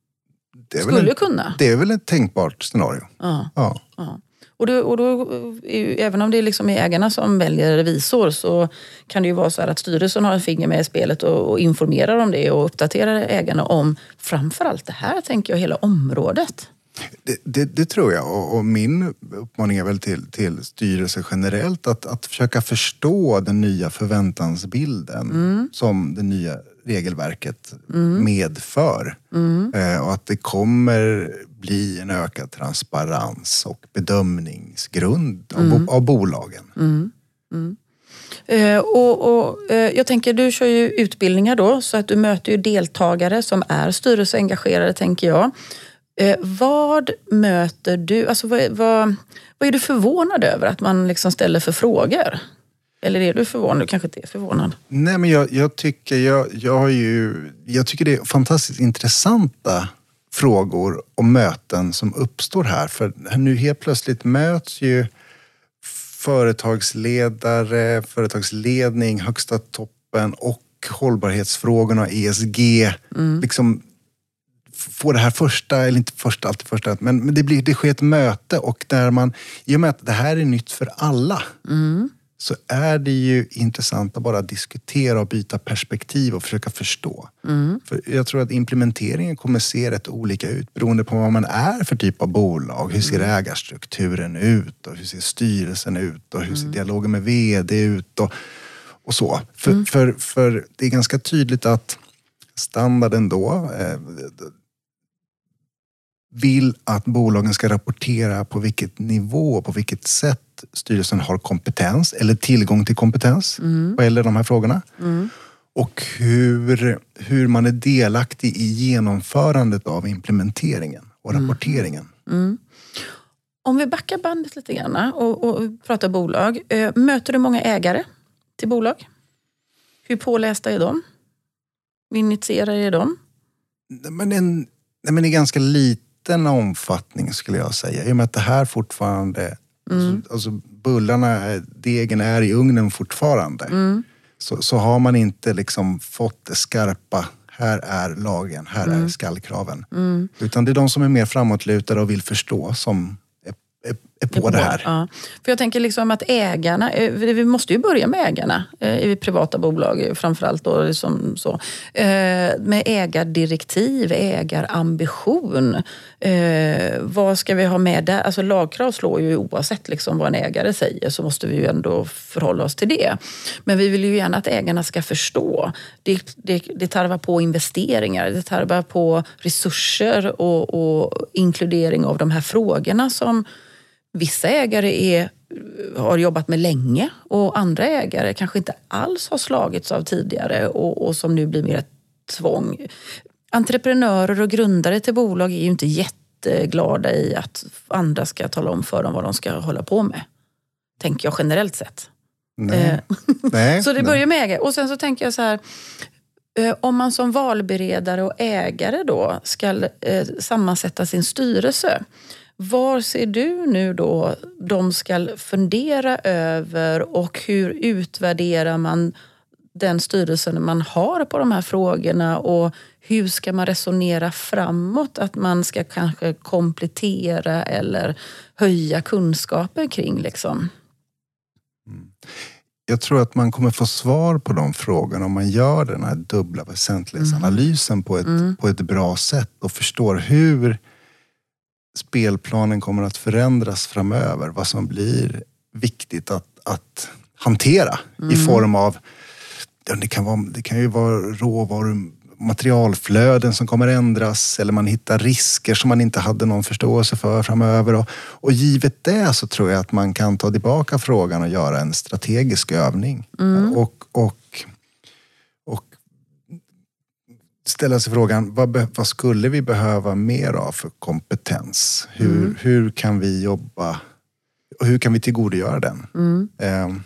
Det skulle en, kunna. Det är väl ett tänkbart scenario. Ja. Ja. Ja. Och, då, och då, även om det liksom är ägarna som väljer revisor så kan det ju vara så här att styrelsen har en finger med i spelet och, och informerar om det och uppdaterar ägarna om framförallt det här, tänker jag, hela området. Det, det, det tror jag och, och min uppmaning är väl till, till styrelsen generellt att, att försöka förstå den nya förväntansbilden mm. som det nya regelverket mm. medför. Mm. Eh, och att det kommer bli en ökad transparens och bedömningsgrund av, mm. av bolagen. Mm. Mm. Eh, och, och, eh, jag tänker, du kör ju utbildningar då så att du möter ju deltagare som är styrelseengagerade, tänker jag. Eh, vad möter du, alltså vad, vad, vad är du förvånad över att man liksom ställer för frågor? Eller är du förvånad? Du kanske inte är förvånad. Nej, men jag, jag tycker jag, jag har ju, jag tycker det är fantastiskt intressanta frågor och möten som uppstår här. För nu helt plötsligt möts ju företagsledare, företagsledning, högsta toppen och hållbarhetsfrågorna, E S G, mm. liksom få det här första, eller inte första, alltid första, men det, blir, det sker ett möte och där man, i och med att det här är nytt för alla, mm. så är det ju intressant att bara diskutera och byta perspektiv och försöka förstå. Mm. För jag tror att implementeringen kommer se rätt olika ut beroende på vad man är för typ av bolag. Hur ser mm. ägarstrukturen ut och hur ser styrelsen ut och hur ser mm. dialogen med vd ut och, och så. För, mm. för, för det är ganska tydligt att standarden då eh, vill att bolagen ska rapportera på vilket nivå, på vilket sätt styrelsen har kompetens eller tillgång till kompetens mm. vad gäller de här frågorna. Mm. Och hur, hur man är delaktig i genomförandet av implementeringen och rapporteringen. Mm. Mm. Om vi backar bandet lite grann och, och pratar bolag. Möter du många ägare till bolag? Hur pålästa är de? Hur initierade är de? Men en, nej men i ganska liten omfattning skulle jag säga. I och med att det här fortfarande... Mm. Alltså, alltså bullarna, degen är i ugnen fortfarande. Mm. Så, så har man inte liksom fått det skarpa, här är lagen, här mm. är skallkraven. Mm. Utan det är de som är mer framåtlutade och vill förstå som är, är, är på det här. Ja. För jag tänker liksom att ägarna, vi måste ju börja med ägarna i privata bolag framförallt då, liksom så. Med ägardirektiv, ägarambition. Vad ska vi ha med där? Alltså lagkrav slår ju oavsett liksom vad en ägare säger, så måste vi ju ändå förhålla oss till det. Men vi vill ju gärna att ägarna ska förstå. Det, det, det tarvar på investeringar, det tarvar på resurser och, och inkludering av de här frågorna som vissa ägare är, har jobbat med länge och andra ägare kanske inte alls har slagits av tidigare och, och som nu blir mer ett tvång. Entreprenörer och grundare till bolag är ju inte jätteglada i att andra ska tala om för dem vad de ska hålla på med. Tänker jag generellt sett. Nej. nej, så det nej. börjar med ägare. Och sen så tänker jag så här, om man som valberedare och ägare då ska sammansätta sin styrelse, var ser du nu då de ska fundera över och hur utvärderar man den styrelsen man har på de här frågorna och hur ska man resonera framåt att man ska kanske komplettera eller höja kunskaper kring liksom? Mm. Jag tror att man kommer få svar på de frågorna om man gör den här dubbla väsentlighetsanalysen mm. på, ett, mm. på ett bra sätt och förstår hur spelplanen kommer att förändras framöver. Vad som blir viktigt att, att hantera mm. i form av, ja, det, kan vara, det kan ju vara råvaror, materialflöden som kommer ändras eller man hittar risker som man inte hade någon förståelse för framöver. Och, och givet det så tror jag att man kan ta tillbaka frågan och göra en strategisk övning. Mm. Och, och, och ställa sig frågan, vad, be, vad skulle vi behöva mer av för kompetens? Hur, mm. hur kan vi jobba och hur kan vi tillgodogöra den? Mm. Um,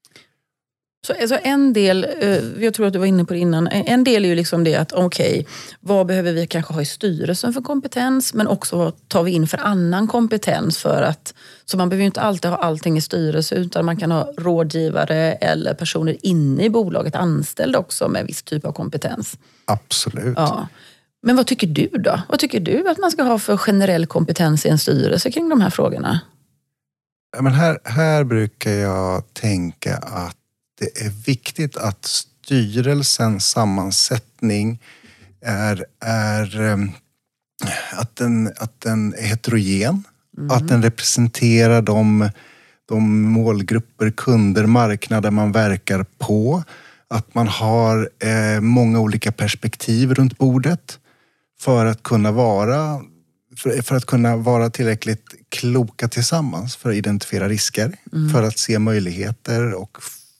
Så alltså en del, jag tror att du var inne på det innan, en del är ju liksom det att okej, okay, vad behöver vi kanske ha i styrelsen för kompetens, men också vad tar vi in för annan kompetens för att, så man behöver ju inte alltid ha allting i styrelse utan man kan ha rådgivare eller personer inne i bolaget anställda också med viss typ av kompetens. Absolut. Ja. Men vad tycker du då? Vad tycker du att man ska ha för generell kompetens i en styrelse kring de här frågorna? Ja, men här, här brukar jag tänka att det är viktigt att styrelsens sammansättning är, är att, den, att den är heterogen. Mm. Att den representerar de, de målgrupper, kunder, marknader man verkar på. Att man har eh, många olika perspektiv runt bordet för att kunna vara, för, för att kunna vara tillräckligt kloka tillsammans för att identifiera risker. Mm. För att se möjligheter och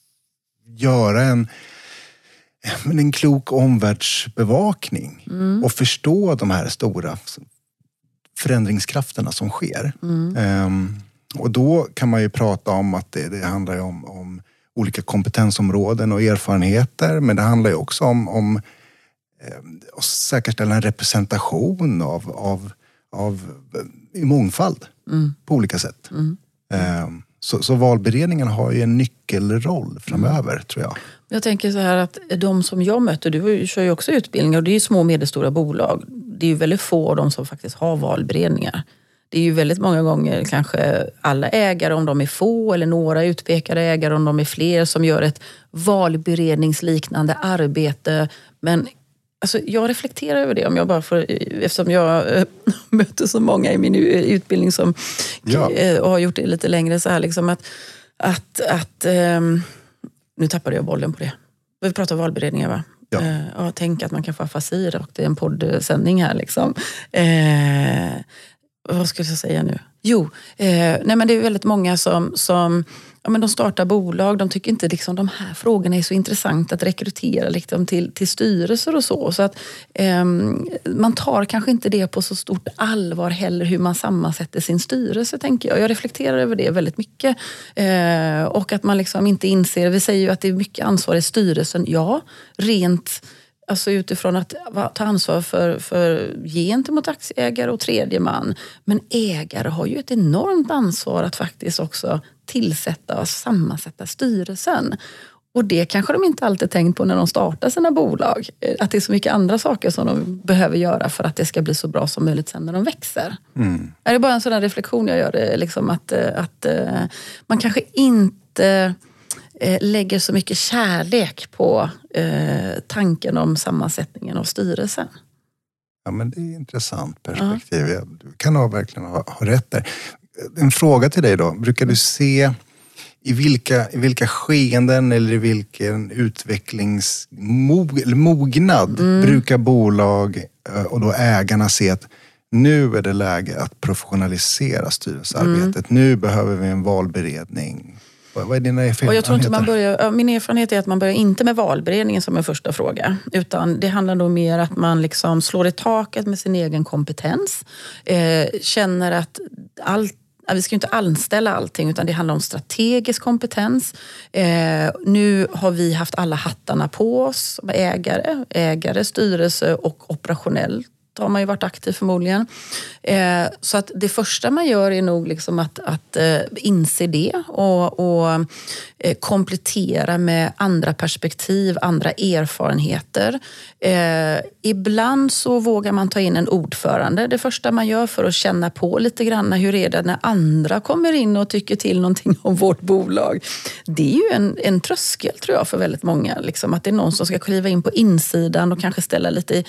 göra en, en klok omvärldsbevakning mm. och förstå de här stora förändringskrafterna som sker. Mm. Um, och då kan man ju prata om att det, det handlar ju om, om olika kompetensområden och erfarenheter, men det handlar ju också om, om um, att säkerställa en representation av, av, av i mångfald mm. på olika sätt. Mm. Um, Så, så valberedningen har ju en nyckelroll framöver, mm. tror jag. Jag tänker så här att de som jag möter, du kör ju också utbildningar och det är ju små och medelstora bolag. Det är ju väldigt få av dem som faktiskt har valberedningar. Det är ju väldigt många gånger kanske alla ägare, om de är få, eller några utpekade ägare om de är fler, som gör ett valberedningsliknande arbete. Men alltså, jag reflekterar över det, om jag bara får, eftersom jag äh, möter så många i min utbildning som ja. äh, har gjort det lite längre så här liksom att, att, att ähm, Nu tappade jag bollen på det. Vi pratar valberedningar, va? Ja. Eh, ja, tänk att man kan få afasi och det är en poddsändning här liksom. Eh, vad ska jag säga nu? Jo, eh, nej men det är väldigt många som, som ja, men de startar bolag. De tycker inte liksom de här frågorna är så intressanta att rekrytera liksom, till, till styrelser och så. Så att eh, man tar kanske inte det på så stort allvar heller hur man sammansätter sin styrelse, tänker jag. Jag reflekterar över det väldigt mycket. Eh, och att man liksom inte inser, vi säger ju att det är mycket ansvar i styrelsen. Ja, rent alltså utifrån att ta ansvar för, för gentemot aktieägare och tredje man. Men ägare har ju ett enormt ansvar att faktiskt också tillsätta och sammansätta styrelsen. Och det kanske de inte alltid tänkt på när de startar sina bolag. Att det är så mycket andra saker som de behöver göra för att det ska bli så bra som möjligt sen när de växer. Mm. Är det bara en sån reflektion jag gör? Liksom att, att man kanske inte lägger så mycket kärlek på eh, tanken om sammansättningen av styrelsen. Ja, men det är ett intressant perspektiv. Ja. Du kan ha, verkligen ha, ha rätt där. En fråga till dig då. Brukar du se i vilka, i vilka skeenden eller i vilken utvecklingsmognad mm. brukar bolag och då ägarna se att nu är det läge att professionalisera styrelsearbetet. Mm. Nu behöver vi en valberedning. Vad är dina erfarenheter? Och jag tror inte man börjar, min erfarenhet är att man börjar inte med valberedningen som en första fråga. Utan det handlar nog mer att man liksom slår i taket med sin egen kompetens. Eh, känner att allt, vi ska ju inte anställa allting utan det handlar om strategisk kompetens. Eh, nu har vi haft alla hattarna på oss som ägare, ägare, styrelse och operationellt. Har man ju varit aktiv förmodligen. Eh, så att det första man gör är nog liksom att, att eh, inse det och, och eh, komplettera med andra perspektiv, andra erfarenheter. Eh, ibland så vågar man ta in en ordförande. Det första man gör för att känna på lite grann hur är det när andra kommer in och tycker till någonting om vårt bolag. Det är ju en, en tröskel tror jag för väldigt många. Liksom, att det är någon som ska kliva in på insidan och kanske ställa lite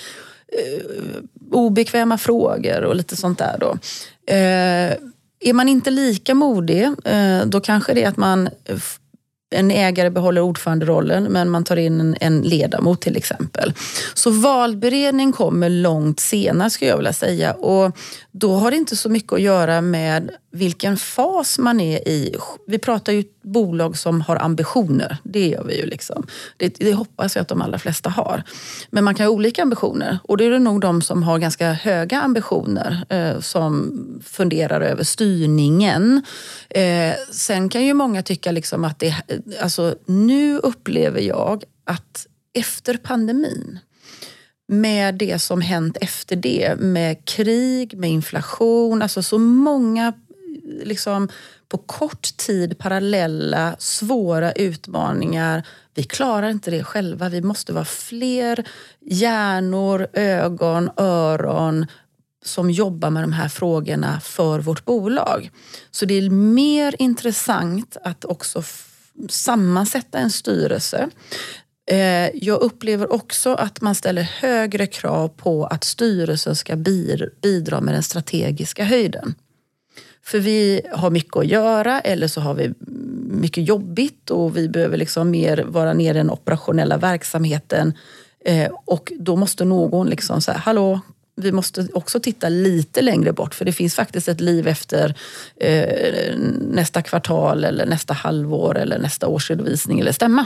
obekväma frågor och lite sånt där då. Eh, är man inte lika modig, eh, då kanske det är att man en ägare behåller ordföranderollen men man tar in en, en ledamot till exempel. Så valberedning kommer långt senare ska jag vilja säga och då har det inte så mycket att göra med vilken fas man är i. Vi pratar ju bolag som har ambitioner, det gör vi ju liksom. Det, det hoppas jag att de allra flesta har. Men man kan ha olika ambitioner och det är det nog de som har ganska höga ambitioner eh, som funderar över styrningen. Eh, sen kan ju många tycka liksom att det, alltså nu upplever jag att efter pandemin med det som hänt efter det, med krig, med inflation, alltså så många liksom på kort tid parallella svåra utmaningar. Vi klarar inte det själva. Vi måste vara fler hjärnor, ögon, öron som jobbar med de här frågorna för vårt bolag. Så det är mer intressant att också f- sammansätta en styrelse. Jag upplever också att man ställer högre krav på att styrelsen ska bidra med den strategiska höjden. För vi har mycket att göra eller så har vi mycket jobbigt och vi behöver liksom mer vara nere i den operationella verksamheten. Och då måste någon liksom säga, hallå, vi måste också titta lite längre bort för det finns faktiskt ett liv efter eh, nästa kvartal eller nästa halvår eller nästa årsredovisning eller stämma.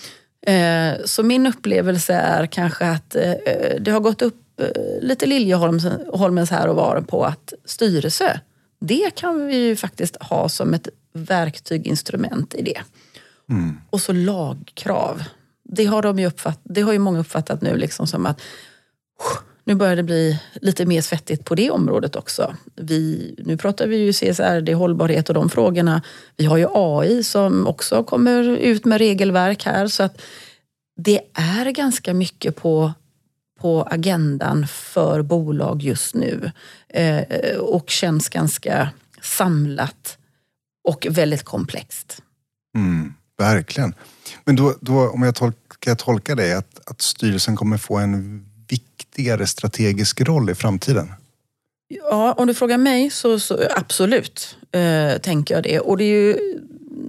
Så min upplevelse är kanske att det har gått upp lite Liljeholmens här och var på att styrelse, det kan vi ju faktiskt ha som ett verktyg, instrument i det. Mm. Och så lagkrav. Det har, de ju uppfatt, det har ju många uppfattat nu liksom som att nu börjar det bli lite mer svettigt på det området också. Vi, nu pratar vi ju C S R, det är hållbarhet och de frågorna. Vi har ju A I som också kommer ut med regelverk här. Så att det är ganska mycket på, på agendan för bolag just nu. Eh, och känns ganska samlat och väldigt komplext. Mm, verkligen. Men då, då om jag tolkar, jag tolkar det att, att styrelsen kommer få en viktigare strategisk roll i framtiden? Ja, om du frågar mig så, så absolut eh, tänker jag det. Och det är ju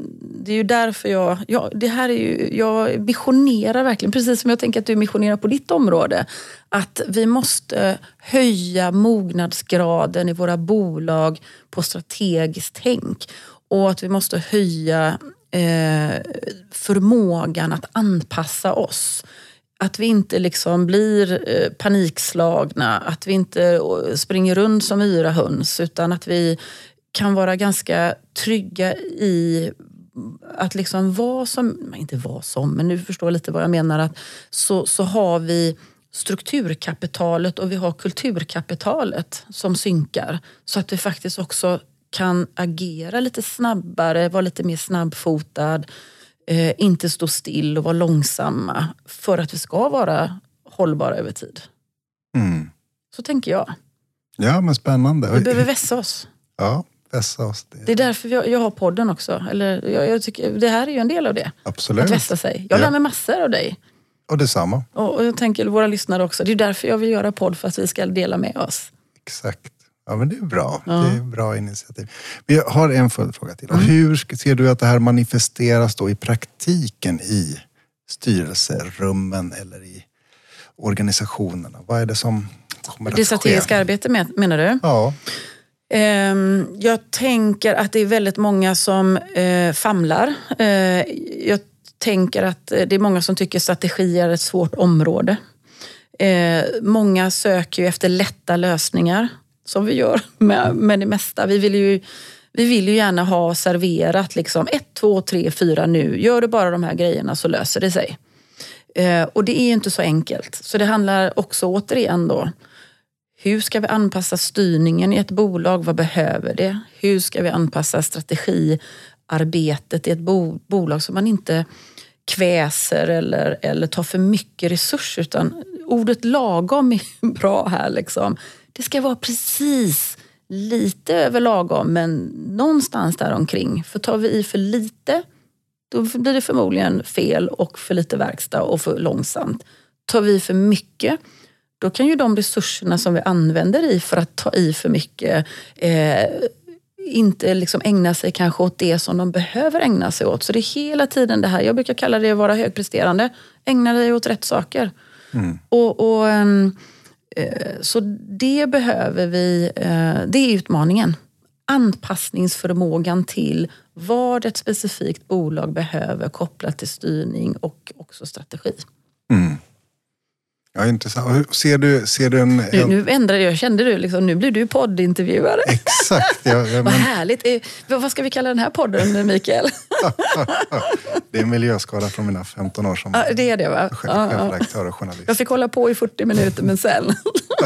det är ju därför jag, jag, det här är ju, jag missionerar verkligen, precis som jag tänker att du missionerar på ditt område. Att vi måste höja mognadsgraden i våra bolag på strategiskt tänk. Och att vi måste höja eh, förmågan att anpassa oss. Att vi inte liksom blir eh, panikslagna, att vi inte springer runt som yra höns, utan att vi kan vara ganska trygga i att liksom vara som, inte vara som, men nu förstår jag lite vad jag menar, att så, så har vi strukturkapitalet och vi har kulturkapitalet som synkar, så att vi faktiskt också kan agera lite snabbare, vara lite mer snabbfotad, eh, inte stå still och vara långsamma för att vi ska vara hållbara över tid. Mm. Så tänker jag. Ja, men spännande. Vi behöver vässa oss. Ja, vässa oss. Det, det är därför jag, jag har podden också. Eller, jag, jag tycker, det här är ju en del av det. Absolut. Att vässa sig. Jag lär mig massor av dig. Och detsamma. Och, och jag tänker våra lyssnare också. Det är därför jag vill göra podd, för att vi ska dela med oss. Exakt. Ja, men det är bra. Ja. Det är bra initiativ. Vi har en följdfråga till. Mm. Hur ser du att det här manifesteras då i praktiken i styrelserummen eller i organisationerna? Vad är det som kommer att ske? Det strategiska arbete menar du? Ja. Jag tänker att det är väldigt många som famlar. Jag tänker att det är många som tycker strategi är ett svårt område. Många söker ju efter lätta lösningar, som vi gör med, med det mesta. Vi vill ju, vi vill ju gärna ha serverat liksom ett, två, tre, fyra nu. Gör du bara de här grejerna så löser det sig. Och det är ju inte så enkelt. Så det handlar också återigen då, hur ska vi anpassa styrningen i ett bolag? Vad behöver det? Hur ska vi anpassa strategiarbetet i ett bo- bolag så man inte kväser eller, eller tar för mycket resurser, utan ordet lagom är bra här liksom. Det ska vara precis lite över lagom, men någonstans där omkring. För tar vi i för lite, då blir det förmodligen fel och för lite verkstad och för långsamt. Tar vi i för mycket, då kan ju de resurserna som vi använder i för att ta i för mycket eh, inte liksom ägna sig kanske åt det som de behöver ägna sig åt. Så det är hela tiden det här, jag brukar kalla det att vara högpresterande. Ägna dig åt rätt saker. Mm. Och, och eh, så det behöver vi, eh, det är utmaningen. Anpassningsförmågan till vad ett specifikt bolag behöver kopplat till styrning och också strategi. Mm. Ja, intressant. Ser du, ser du en... Nu, nu ändrar jag, kände du liksom, nu blir du poddintervjuare. Exakt. Ja, ja, men... Vad härligt. Vad ska vi kalla den här podden, Mikael? Det är miljöskada från mina femton år som ja, det är det, va? chefredaktör och journalist. Jag fick hålla på i fyrtio minuter, men sen...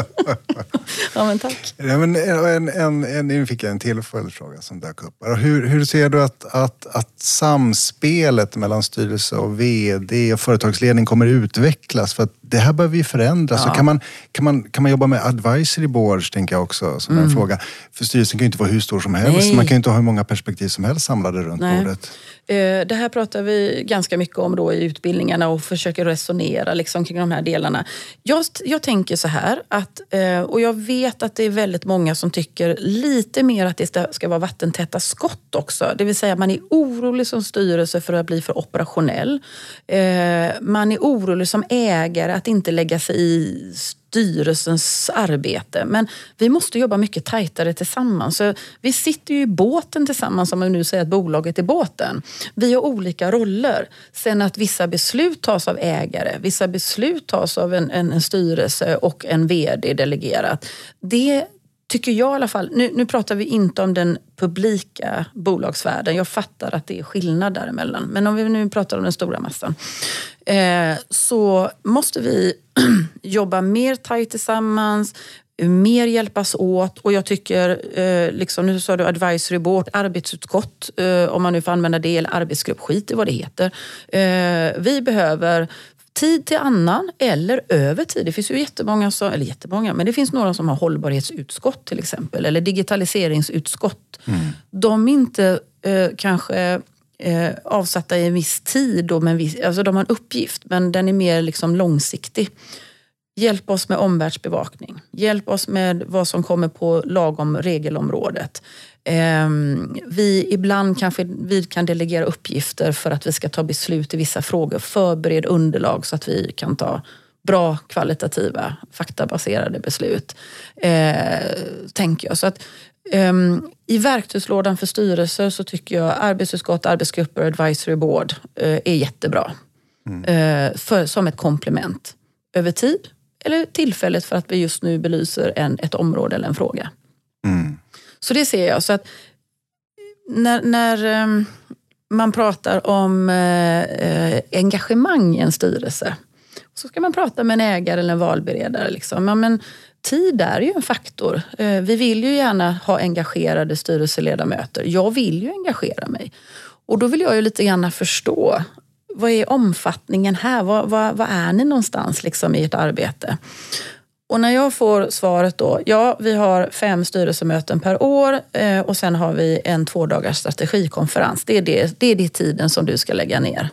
Ja, men tack. Ja, men en, en, en, nu fick jag en till följdfråga som dök upp. Hur, hur ser du att, att, att samspelet mellan styrelse och vd och företagsledning kommer utvecklas? För att det här behöver ju förändras. Ja. Så kan, man, kan, man, kan man jobba med advisory boards, tänker jag också, som mm. en fråga. För styrelsen kan ju inte vara hur stor som helst. Nej. Man kan ju inte ha hur många perspektiv som helst samlade runt Nej. bordet. Det här pratar vi ganska mycket om då i utbildningarna och försöker resonera liksom kring de här delarna. Jag, jag tänker så här, att, och jag vet att det är väldigt många som tycker lite mer att det ska vara vattentäta skott också. Det vill säga man är orolig som styrelse för att bli för operationell. Man är orolig som ägare att inte lägga sig i styrelsens arbete. Men vi måste jobba mycket tajtare tillsammans. Så vi sitter ju i båten tillsammans, om man nu säger att bolaget är båten. Vi har olika roller. Sen att vissa beslut tas av ägare, vissa beslut tas av en, en, en styrelse och en vd delegerat. Det tycker jag i alla fall, nu, nu pratar vi inte om den publika bolagsvärlden. Jag fattar att det är skillnad däremellan. Men om vi nu pratar om den stora massan. Eh, så måste vi jobba mer tajt tillsammans, mer hjälpas åt. Och jag tycker, eh, liksom, nu sa du advisory board, arbetsutskott, eh, om man nu får använda det, eller arbetsgrupp, skit i vad det heter. Eh, vi behöver tid till annan eller över tid. Det finns ju jättemånga, som, eller jättemånga, men det finns några som har hållbarhetsutskott till exempel, eller digitaliseringsutskott. Mm. De är inte eh, kanske eh, avsatta i en viss tid, och med en viss, alltså de har en uppgift, men den är mer liksom långsiktig. Hjälp oss med omvärldsbevakning. Hjälp oss med vad som kommer på lagom regelområdet. Eh, vi ibland kanske vi kan delegera uppgifter för att vi ska ta beslut i vissa frågor. Förbered underlag så att vi kan ta bra kvalitativa faktabaserade beslut. Eh, tänker jag. Så att Um, i verktygslådan för styrelser så tycker jag arbetsutskott, arbetsgrupper, advisory board uh, är jättebra. Mm. Uh, för, som ett komplement över tid eller tillfället för att vi just nu belyser en, ett område eller en fråga. Mm. Så det ser jag. Så att när, när um, man pratar om uh, uh, engagemang i en styrelse så ska man prata med en ägare eller en valberedare. Liksom. Ja, men tid är ju en faktor. Vi vill ju gärna ha engagerade styrelseledamöter. Jag vill ju engagera mig. Och då vill jag ju lite grann förstå. Vad är omfattningen här? Vad, vad, vad är ni någonstans liksom i ert arbete? Och när jag får svaret då. Ja, vi har fem styrelsemöten per år. Och sen har vi en två dagars strategikonferens. Det är det, det är det tiden som du ska lägga ner.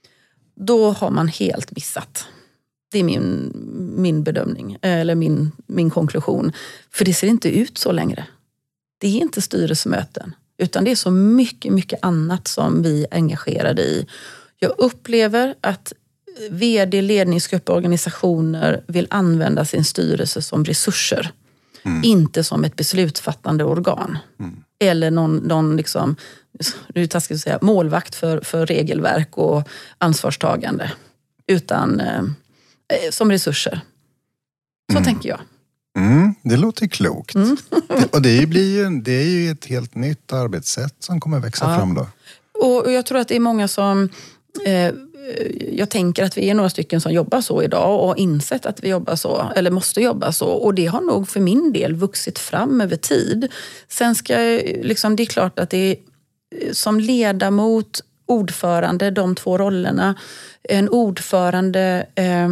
Då har man helt missat. Det är min, min bedömning, eller min, min konklusion. För det ser inte ut så längre. Det är inte styrelsemöten, utan det är så mycket, mycket annat som vi är engagerade i. Jag upplever att vd, ledningsgrupp och organisationer vill använda sin styrelse som resurser. Mm. Inte som ett beslutsfattande organ. Mm. Eller någon, någon liksom, det är taskigt att säga, målvakt för, för regelverk och ansvarstagande. Utan eh, som resurser. Så mm. tänker jag. Mm, det låter klokt. Mm. Och det blir ju, det är ju ett helt nytt arbetssätt som kommer växa ja. fram då. Och jag tror att det är många som... Eh, jag tänker att vi är några stycken som jobbar så idag och har insett att vi jobbar så, eller måste jobba så. Och det har nog för min del vuxit fram över tid. Sen ska liksom, det är klart att det är som ledamot, ordförande, de två rollerna. En ordförande eh,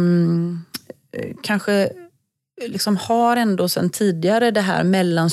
kanske liksom har ändå sedan tidigare det här mellan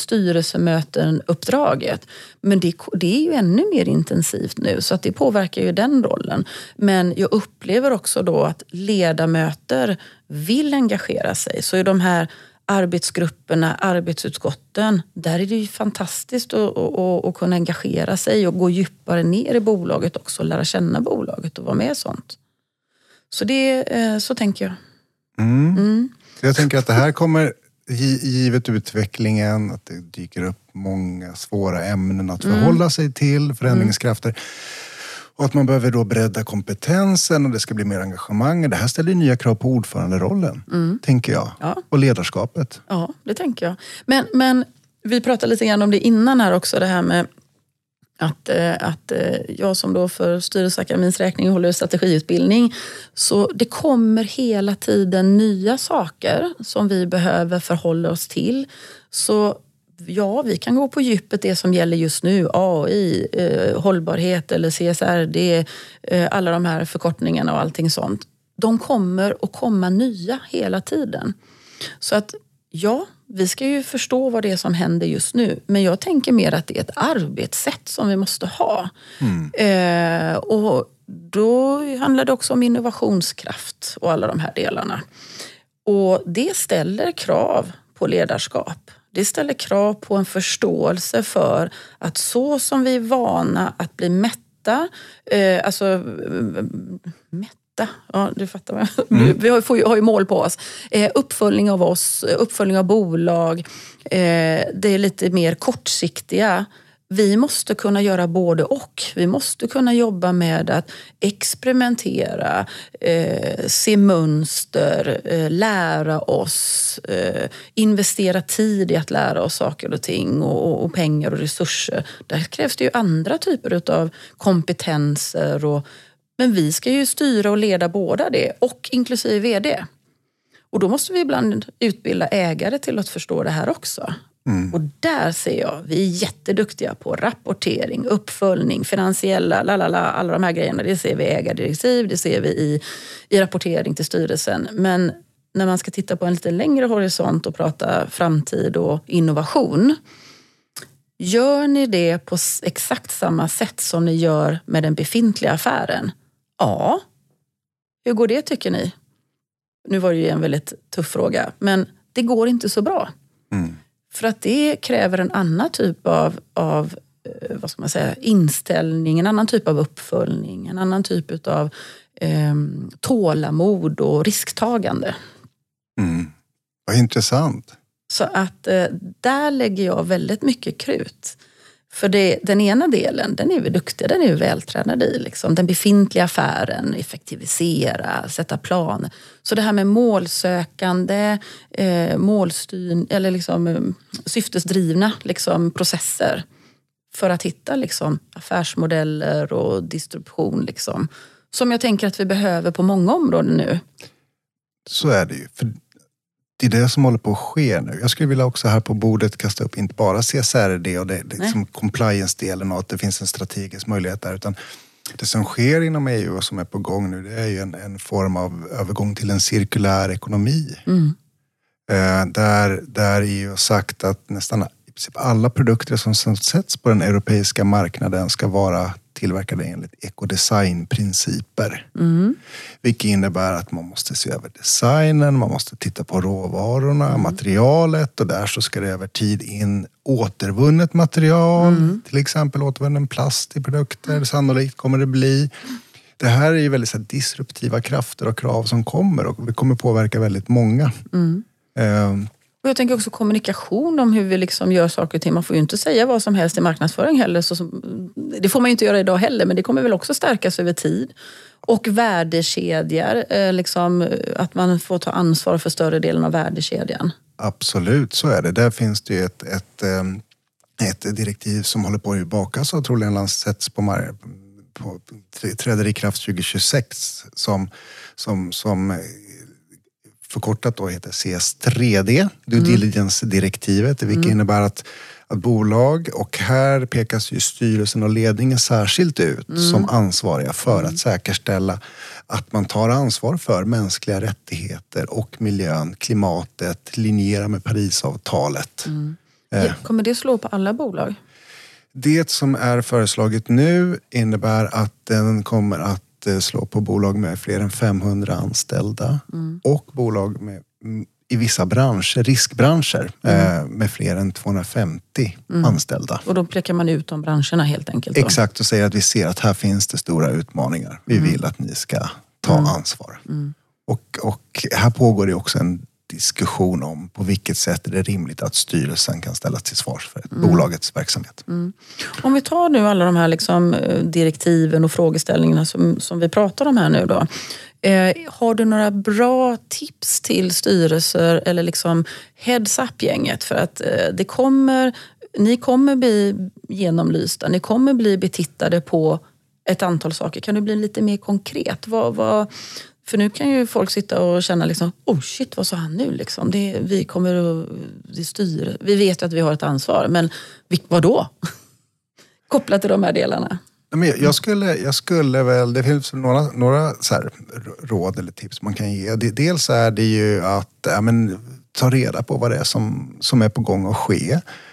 styrelsemöten-uppdraget. Men det, det är ju ännu mer intensivt nu så att det påverkar ju den rollen. Men jag upplever också då att ledamöter vill engagera sig. Så i de här arbetsgrupperna, arbetsutskotten, där är det ju fantastiskt att, att, att kunna engagera sig och gå djupare ner i bolaget också, lära känna bolaget och vara med sånt. Så det, så tänker jag. Mm. Mm. Jag tänker att det här kommer, givet utvecklingen, att det dyker upp många svåra ämnen att förhålla mm. sig till, förändringskrafter. Mm. Och att man behöver då bredda kompetensen och det ska bli mer engagemang. Det här ställer nya krav på ordföranderollen, mm. tänker jag. Ja. Och ledarskapet. Ja, det tänker jag. Men, men vi pratade lite grann om det innan här också, det här med Att, att jag som då för Styrelseakademins räkning håller strategiutbildning, så det kommer hela tiden nya saker som vi behöver förhålla oss till. Så ja, vi kan gå på djupet det som gäller just nu, A I, eh, hållbarhet eller C S R D, eh, alla de här förkortningarna och allting sånt. De kommer att komma nya hela tiden. Så att ja, vi ska ju förstå vad det är som händer just nu. Men jag tänker mer att det är ett arbetssätt som vi måste ha. Mm. Eh, och då handlar det också om innovationskraft och alla de här delarna. Och det ställer krav på ledarskap. Det ställer krav på en förståelse för att så som vi är vana att bli mätta, eh, alltså mätta, ja, du fattar vad jag... Mm. Vi har, får ju, har ju mål på oss. Eh, uppföljning av oss, uppföljning av bolag. Eh, det är lite mer kortsiktiga. Vi måste kunna göra både och. Vi måste kunna jobba med att experimentera, eh, se mönster, eh, lära oss, eh, investera tid i att lära oss saker och ting och, och pengar och resurser. Där krävs det ju andra typer av kompetenser och men vi ska ju styra och leda båda det, och inklusive vd. Och då måste vi ibland utbilda ägare till att förstå det här också. Mm. Och där ser jag, vi är jätteduktiga på rapportering, uppföljning, finansiella, lalala, alla de här grejerna. Det ser vi i ägardirektiv, det ser vi i, i rapportering till styrelsen. Men när man ska titta på en lite längre horisont och prata framtid och innovation, gör ni det på exakt samma sätt som ni gör med den befintliga affären? Ja. Hur går det, tycker ni? Nu var det ju en väldigt tuff fråga, men det går inte så bra. Mm. För att det kräver en annan typ av, av vad ska man säga, inställning, en annan typ av uppföljning, en annan typ av eh, tålamod och risktagande. Mm. Vad intressant. Så att eh, där lägger jag väldigt mycket krut. För det, den ena delen, den är vi duktiga, den är vi vältränade i. Liksom. Den befintliga affären, effektivisera, sätta plan. Så det här med målsökande, eh, målstyrn, eller liksom, eh, syftesdrivna liksom, processer. För att hitta liksom, affärsmodeller och distribution. Liksom, som jag tänker att vi behöver på många områden nu. Så är det ju. För det är det som håller på att ske nu. Jag skulle vilja också här på bordet kasta upp inte bara C S R D och det, det liksom compliance-delen och att det finns en strategisk möjlighet där. Utan det som sker inom E U och som är på gång nu, det är ju en, en form av övergång till en cirkulär ekonomi. Mm. Eh, där, där E U har sagt att nästan i princip alla produkter som sätts på den europeiska marknaden ska vara tillverkade enligt ekodesignprinciper. Mm. Vilket innebär att man måste se över designen, man måste titta på råvarorna, mm. materialet och där så ska det över tid in återvunnet material, mm. till exempel återvunnen plast i produkter, mm. sannolikt kommer det bli. Det här är ju väldigt så här, disruptiva krafter och krav som kommer och det kommer påverka väldigt många. Mm. Um, Och jag tänker också kommunikation om hur vi liksom gör saker och ting. Man får ju inte säga vad som helst i marknadsföring heller. Så som, det får man ju inte göra idag heller, men det kommer väl också stärkas över tid. Och värdekedjor, eh, liksom, att man får ta ansvar för större delen av värdekedjan. Absolut, så är det. Där finns det ju ett, ett, ett direktiv som håller på att bakas och troligen sätts på, mar- på träder i kraft tjugo tjugosex som, som, som förkortat då heter C S tre D, due diligence-direktivet, vilket mm. innebär att, att bolag, och här pekas ju styrelsen och ledningen särskilt ut mm. som ansvariga för mm. att säkerställa att man tar ansvar för mänskliga rättigheter och miljön, klimatet, linjera med Parisavtalet. Mm. Ja, kommer det slå på alla bolag? Det som är föreslaget nu innebär att den kommer att slå på bolag med fler än femhundra anställda mm. och bolag med i vissa branscher, riskbranscher mm. med fler än tvåhundrafemtio mm. anställda. Och då pekar man ut de branscherna helt enkelt? Då. Exakt, och säger att vi ser att här finns det stora utmaningar. Vi mm. vill att ni ska ta mm. ansvar. Mm. Och, och här pågår det också en diskussion om på vilket sätt är det rimligt att styrelsen kan ställas till svars för mm. bolagets verksamhet. Mm. Om vi tar nu alla de här liksom direktiven och frågeställningarna som, som vi pratar om här nu då. Eh, har du några bra tips till styrelser eller liksom heads up-gänget? För att eh, det kommer, ni kommer bli genomlysta, ni kommer bli betittade på ett antal saker. Kan du bli lite mer konkret? Vad, vad, för nu kan ju folk sitta och känna liksom, oh shit, vad sa han nu liksom? Det, vi kommer att det styr. Vi vet att vi har ett ansvar, men vad då? Kopplat till de här delarna. Men jag, skulle, jag skulle väl, det finns några, några så här råd eller tips man kan ge. Dels är det ju att ja, men, ta reda på vad det är som, som är på gång att ske.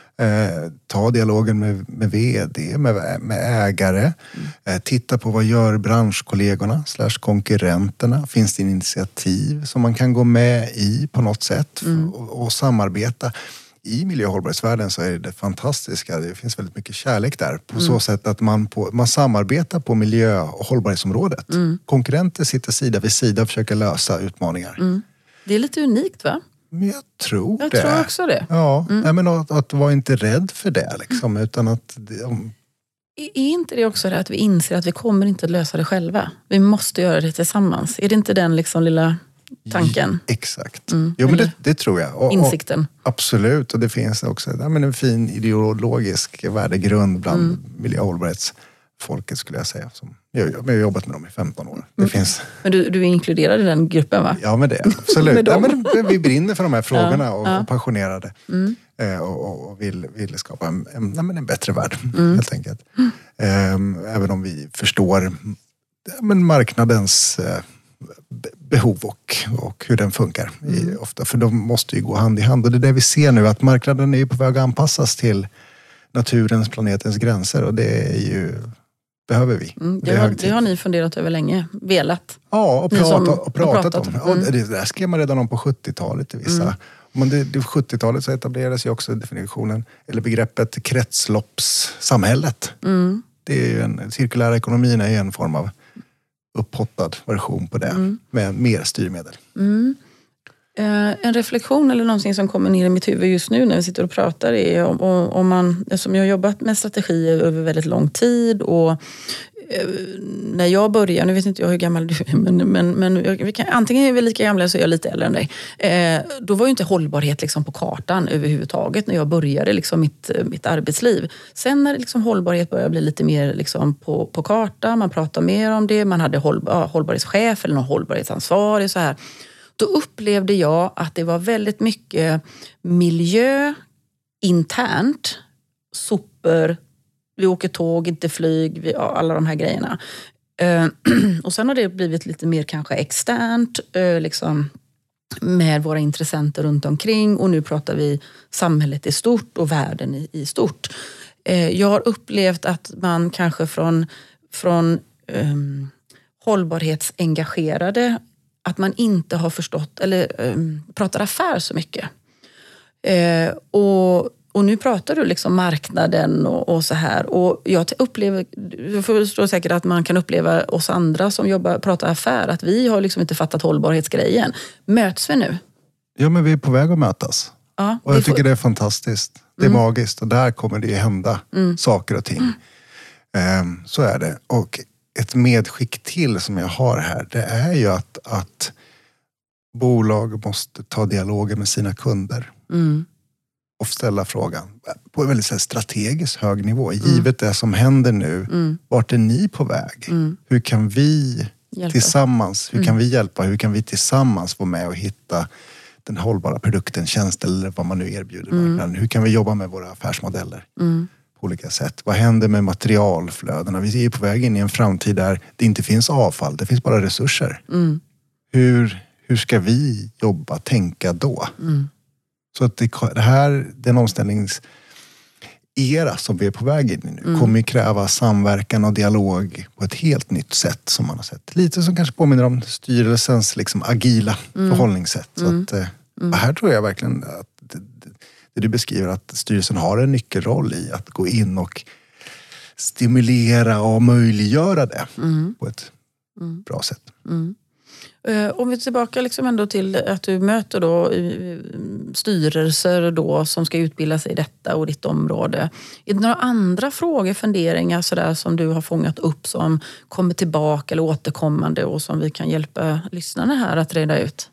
Eh, ta dialogen med, med vd, med, med ägare. Mm. Eh, titta på vad gör branschkollegorna slash konkurrenterna. Finns det initiativ som man kan gå med i på något sätt mm. och, och samarbeta. I miljö- och hållbarhetsvärlden så är det fantastiska. Det finns väldigt mycket kärlek där. På mm. så sätt att man, på, man samarbetar på miljö- och hållbarhetsområdet. Mm. Konkurrenter sitter sida vid sida och försöker lösa utmaningar. Mm. Det är lite unikt, va? Men jag tror jag det. Jag tror också det. Ja, mm. nej, men att, att vara inte rädd för det. Liksom, utan att... Om... Är inte det också det att vi inser att vi kommer inte att lösa det själva? Vi måste göra det tillsammans. Är det inte den liksom lilla... tanken. Ja, exakt. Mm, jo, men det, det tror jag. Och, insikten. Och, absolut. Och det finns också ja, men en fin ideologisk värdegrund bland mm. miljö- och hållbarhetsfolket skulle jag säga. Som, jag, jag har jobbat med dem i femton år. Det mm. finns... Men du, du är inkluderad i den gruppen, va? Ja, men det absolut. med ja, men vi brinner för de här frågorna ja, och, ja. och passionerade. Mm. Eh, och, och vill, vill skapa en, en, en, en bättre värld, mm. helt enkelt. Mm. Eh, även om vi förstår men marknadens... Eh, behov och, och hur den funkar mm. i, ofta. För de måste ju gå hand i hand. Och det är det vi ser nu, att marknaden är på väg att anpassas till naturens, planetens gränser. Och det är ju behöver vi. Mm, det, har, det har ni funderat över länge, velat. Ja, och, prata, som, och pratat, pratat om. Mm. Ja, det där skrev man redan om på sjuttiotalet i vissa. Mm. Men det, det sjuttiotalet så etablerades ju också definitionen, eller begreppet kretsloppssamhället. Mm. Det är ju en, cirkulära ekonomin är en form av upphottad version på det, mm. med mer styrmedel. Mm. Eh, en reflektion eller någonting som kommer ner i mitt huvud just nu när vi sitter och pratar är om, om man, som jag har jobbat med strategier över väldigt lång tid och eh, när jag började, nu vet inte jag hur gammal du är, men, men, men vi kan, antingen är vi lika gamla så är jag lite äldre än dig. Eh, då var ju inte hållbarhet liksom på kartan överhuvudtaget när jag började liksom mitt, mitt arbetsliv. Sen när liksom hållbarhet började bli lite mer liksom på, på kartan, man pratade mer om det, man hade håll, ja, hållbarhetschef eller någon hållbarhetsansvarig så här. Då upplevde jag att det var väldigt mycket miljö internt, sopor, vi åker tåg, inte flyg, vi, ja, alla de här grejerna. Uh, och sen har det blivit lite mer kanske externt, uh, liksom med våra intressenter runt omkring och nu pratar vi samhället i stort och världen i, i stort. Uh, jag har upplevt att man kanske från, från um, hållbarhetsengagerade att man inte har förstått eller um, pratar affär så mycket. Eh, och, och nu pratar du liksom marknaden och, och så här. Och jag upplever, du förstår säkert att man kan uppleva oss andra som jobbar, pratar affär, att vi har liksom inte fattat hållbarhetsgrejen. Möts vi nu? Ja, men vi är på väg att mötas. Ja, och jag får... tycker det är fantastiskt. Det är mm. magiskt och där kommer det hända mm. saker och ting. Mm. Um, så är det. Och ett medskick till som jag har här, det är ju att, att bolag måste ta dialoger med sina kunder. Mm. Och ställa frågan på en väldigt så här, strategiskt hög nivå. Mm. Givet det som händer nu, mm. vart är ni på väg? Mm. Hur kan vi hjälpa. tillsammans, hur mm. kan vi hjälpa? Hur kan vi tillsammans vara med och hitta den hållbara produkten, tjänst eller vad man nu erbjuder mm. marknaden? Hur kan vi jobba med våra affärsmodeller? Mm. Olika sätt. Vad händer med materialflödena? Vi är på väg in i en framtid där det inte finns avfall, det finns bara resurser. Mm. Hur, hur ska vi jobba, tänka då? Mm. Så att det, det här, den omställningsera som vi är på väg in i nu mm. kommer ju kräva samverkan och dialog på ett helt nytt sätt som man har sett. Lite som kanske påminner om styrelsens liksom agila mm. förhållningssätt. Mm. Så att, mm. här tror jag verkligen att det, det du beskriver att styrelsen har en nyckelroll i att gå in och stimulera och möjliggöra det mm. på ett mm. bra sätt. Mm. Om vi är tillbaka liksom ändå till att du möter då styrelser då som ska utbilda sig i detta och ditt område. Är det några andra frågor, funderingar sådär som du har fångat upp som kommer tillbaka eller återkommande och som vi kan hjälpa lyssnarna här att reda ut?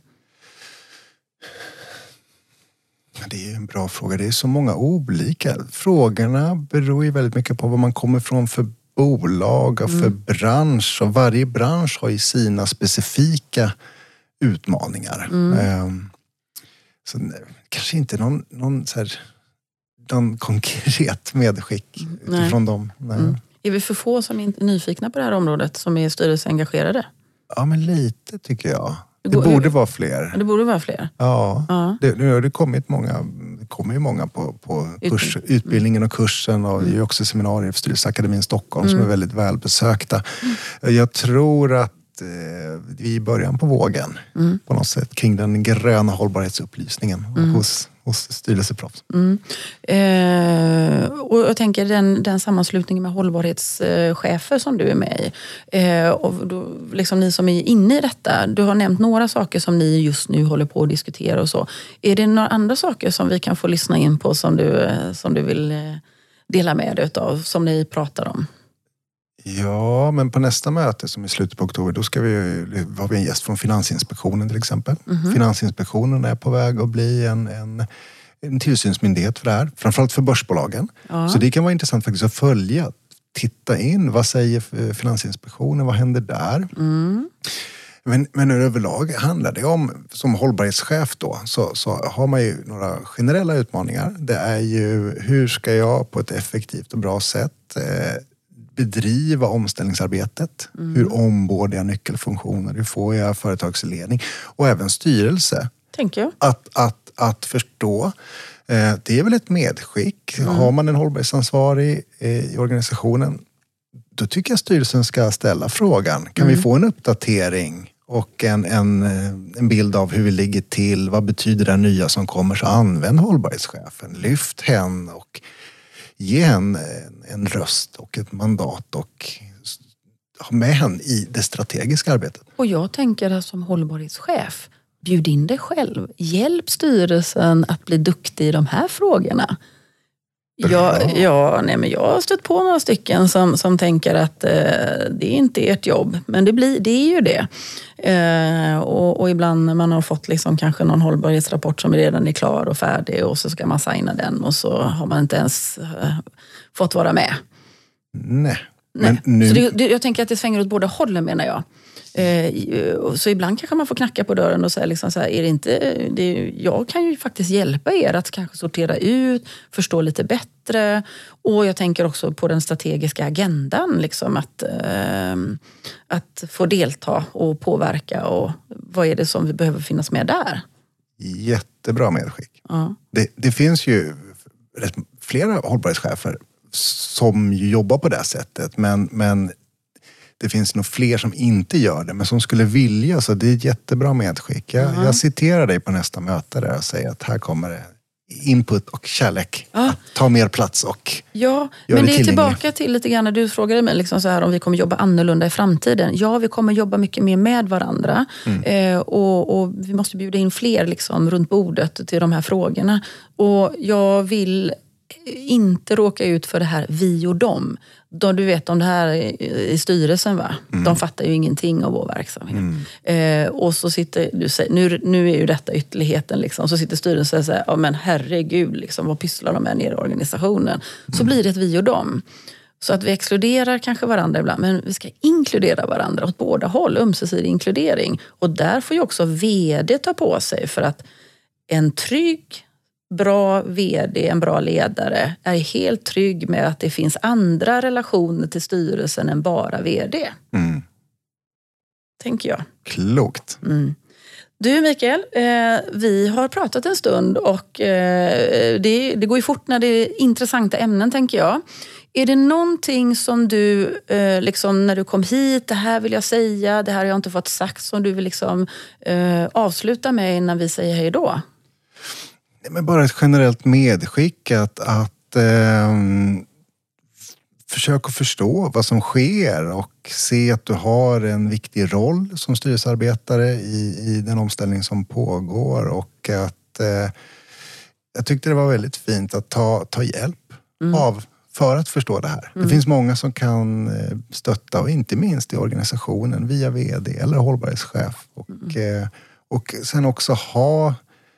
Det är ju en bra fråga. Det är så många olika. Frågorna beror ju väldigt mycket på vad man kommer från för bolag och för mm. bransch. Och varje bransch har ju sina specifika utmaningar. Mm. Så kanske inte någon, någon, så här, någon konkret medskick Nej. utifrån dem. Mm. Är vi för få som är nyfikna på det här området som är styrelseengagerade? Ja, men lite tycker jag. Det borde vara fler. Det borde vara fler. Ja, ja. Det, nu har det kommit många, det kommer ju många på, på kurs, utbildningen och kursen och det är ju också seminarier för Styrelseakademin Stockholm mm. som är väldigt välbesökta. Mm. Jag tror att eh, vi är i början på vågen mm. på något sätt kring den gröna hållbarhetsupplysningen mm. hos, hos styrelseproffs. Mm. Eh, och jag tänker den, den sammanslutningen med hållbarhetschefer som du är med i. Eh, och då, liksom ni som är inne i detta, du har nämnt några saker som ni just nu håller på att diskutera och så. Är det några andra saker som vi kan få lyssna in på som du, som du vill dela med dig av, som ni pratar om? Ja, men på nästa möte som är i slutet på oktober, då ska vi ha en gäst från Finansinspektionen till exempel. Mm-hmm. Finansinspektionen är på väg att bli en, en, en tillsynsmyndighet för det här, framförallt för börsbolagen. Ja. Så det kan vara intressant faktiskt att följa, titta in, vad säger Finansinspektionen, vad händer där? Mm. Men, men överlag handlar det om, som hållbarhetschef då, så, så har man ju några generella utmaningar. Det är ju, hur ska jag på ett effektivt och bra sätt eh, bedriva omställningsarbetet. Mm. Hur ombordar jag nyckelfunktioner? Hur får jag företagsledning? Och även styrelse. Tänker jag. Att, att, att förstå. Eh, det är väl ett medskick. Mm. Har man en hållbarhetsansvarig eh, i organisationen, då tycker jag styrelsen ska ställa frågan. Kan Mm. vi få en uppdatering och en, en, en bild av hur vi ligger till? Vad betyder det nya som kommer? Så använd hållbarhetschefen. Lyft henne och ge henne en, en röst och ett mandat och ha med henne i det strategiska arbetet. Och jag tänker att som hållbarhetschef, bjud in dig själv. Hjälp styrelsen att bli duktig i de här frågorna. Jag, ja, nej, men jag har stött på några stycken som, som tänker att eh, det är inte ert jobb. Men det, blir, det är ju det. Eh, och, och ibland när man har fått liksom kanske någon hållbarhetsrapport som redan är klar och färdig och så ska man signa den och så har man inte ens eh, fått vara med. Nej. Nej. Men nu... Så det, det, jag tänker att det svänger åt båda hållen menar jag. Eh, så ibland kanske man får knacka på dörren och säga liksom så här, är det inte, det, jag kan ju faktiskt hjälpa er att kanske sortera ut, förstå lite bättre. Och jag tänker också på den strategiska agendan, liksom att, eh, att få delta och påverka och vad är det som vi behöver finnas med där. Jättebra medskick. Ja. Det, det finns ju rätt flera hållbarhetschefer som ju jobbar på det sättet, men, men det finns nog fler som inte gör det, men som skulle vilja, så det är ett jättebra medskick. Jag, Mm. jag citerar dig på nästa möte där och säger att här kommer det input och kärlek. Ja. Att ta mer plats och Ja, gör men det det är tillgängligt. tillbaka till lite grann när du frågade mig liksom så här, om vi kommer jobba annorlunda i framtiden. Ja, vi kommer jobba mycket mer med varandra. Mm. Eh, och, och vi måste bjuda in fler liksom, runt bordet till de här frågorna. Och jag vill inte råka ut för det här vi och dem. Då, du vet om det här i styrelsen va? Mm. De fattar ju ingenting av vår verksamhet. Mm. Eh, och så sitter, du säger, nu, nu är ju detta ytterligheten liksom, så sitter styrelsen och säger, ja men herregud liksom, vad pysslar de med nere i organisationen? Mm. Så blir det ett vi och dem. Så att vi exkluderar kanske varandra ibland, men vi ska inkludera varandra åt båda håll, ömsesidig inkludering. Och där får ju också vd ta på sig, för att en trygg bra vd, en bra ledare är helt trygg med att det finns andra relationer till styrelsen än bara vd. Mm. Tänker jag. Klokt. Mm. Du Mikael, eh, vi har pratat en stund och eh, det, det går ju fort när det är intressanta ämnen tänker jag. Är det någonting som du, eh, liksom när du kom hit, det här vill jag säga, det här har jag inte fått sagt, som du vill liksom, eh, avsluta med innan vi säger hej då? Men bara ett generellt medskick att, att eh, försök att förstå vad som sker och se att du har en viktig roll som styrelsearbetare i, i den omställning som pågår, och att eh, jag tyckte det var väldigt fint att ta, ta hjälp mm. av för att förstå det här. Mm. Det finns många som kan stötta, och inte minst i organisationen via vd eller hållbarhetschef, och, mm. eh, och sen också ha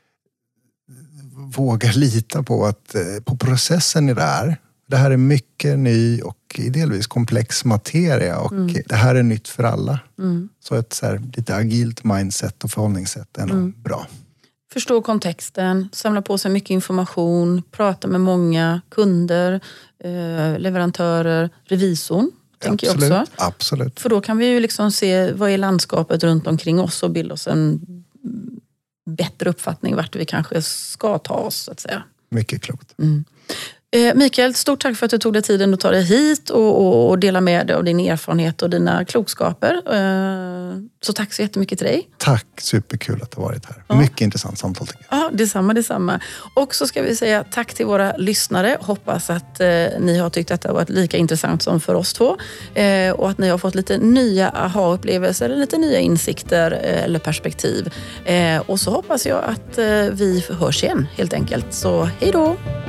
våga lita på att på processen i det här. Det här är mycket ny och delvis komplex materia, och mm. det här är nytt för alla. Mm. Så ett så här, lite agilt mindset och förhållningssätt är nog mm. bra. Förstå kontexten, samla på sig mycket information, prata med många kunder, eh, leverantörer, revisorn. Tänker absolut, jag också. Absolut. För då kan vi ju liksom se vad är landskapet runt omkring oss och bilda oss en bättre uppfattning vart vi kanske ska ta oss, så att säga. Mycket klokt. Mm. Eh, Mikael, stort tack för att du tog dig tiden att ta dig hit och, och, och dela med dig av din erfarenhet och dina klokskaper. Eh, så tack så jättemycket till dig. Tack, superkul att ha varit här. Ja. Mycket intressant samtal tycker jag. Ja, detsamma, detsamma. Och så ska vi säga tack till våra lyssnare. Hoppas att eh, ni har tyckt att det har varit lika intressant som för oss två. Eh, och att ni har fått lite nya aha-upplevelser eller lite nya insikter eh, eller perspektiv. Eh, och så hoppas jag att eh, vi hörs igen helt enkelt. Så hej då!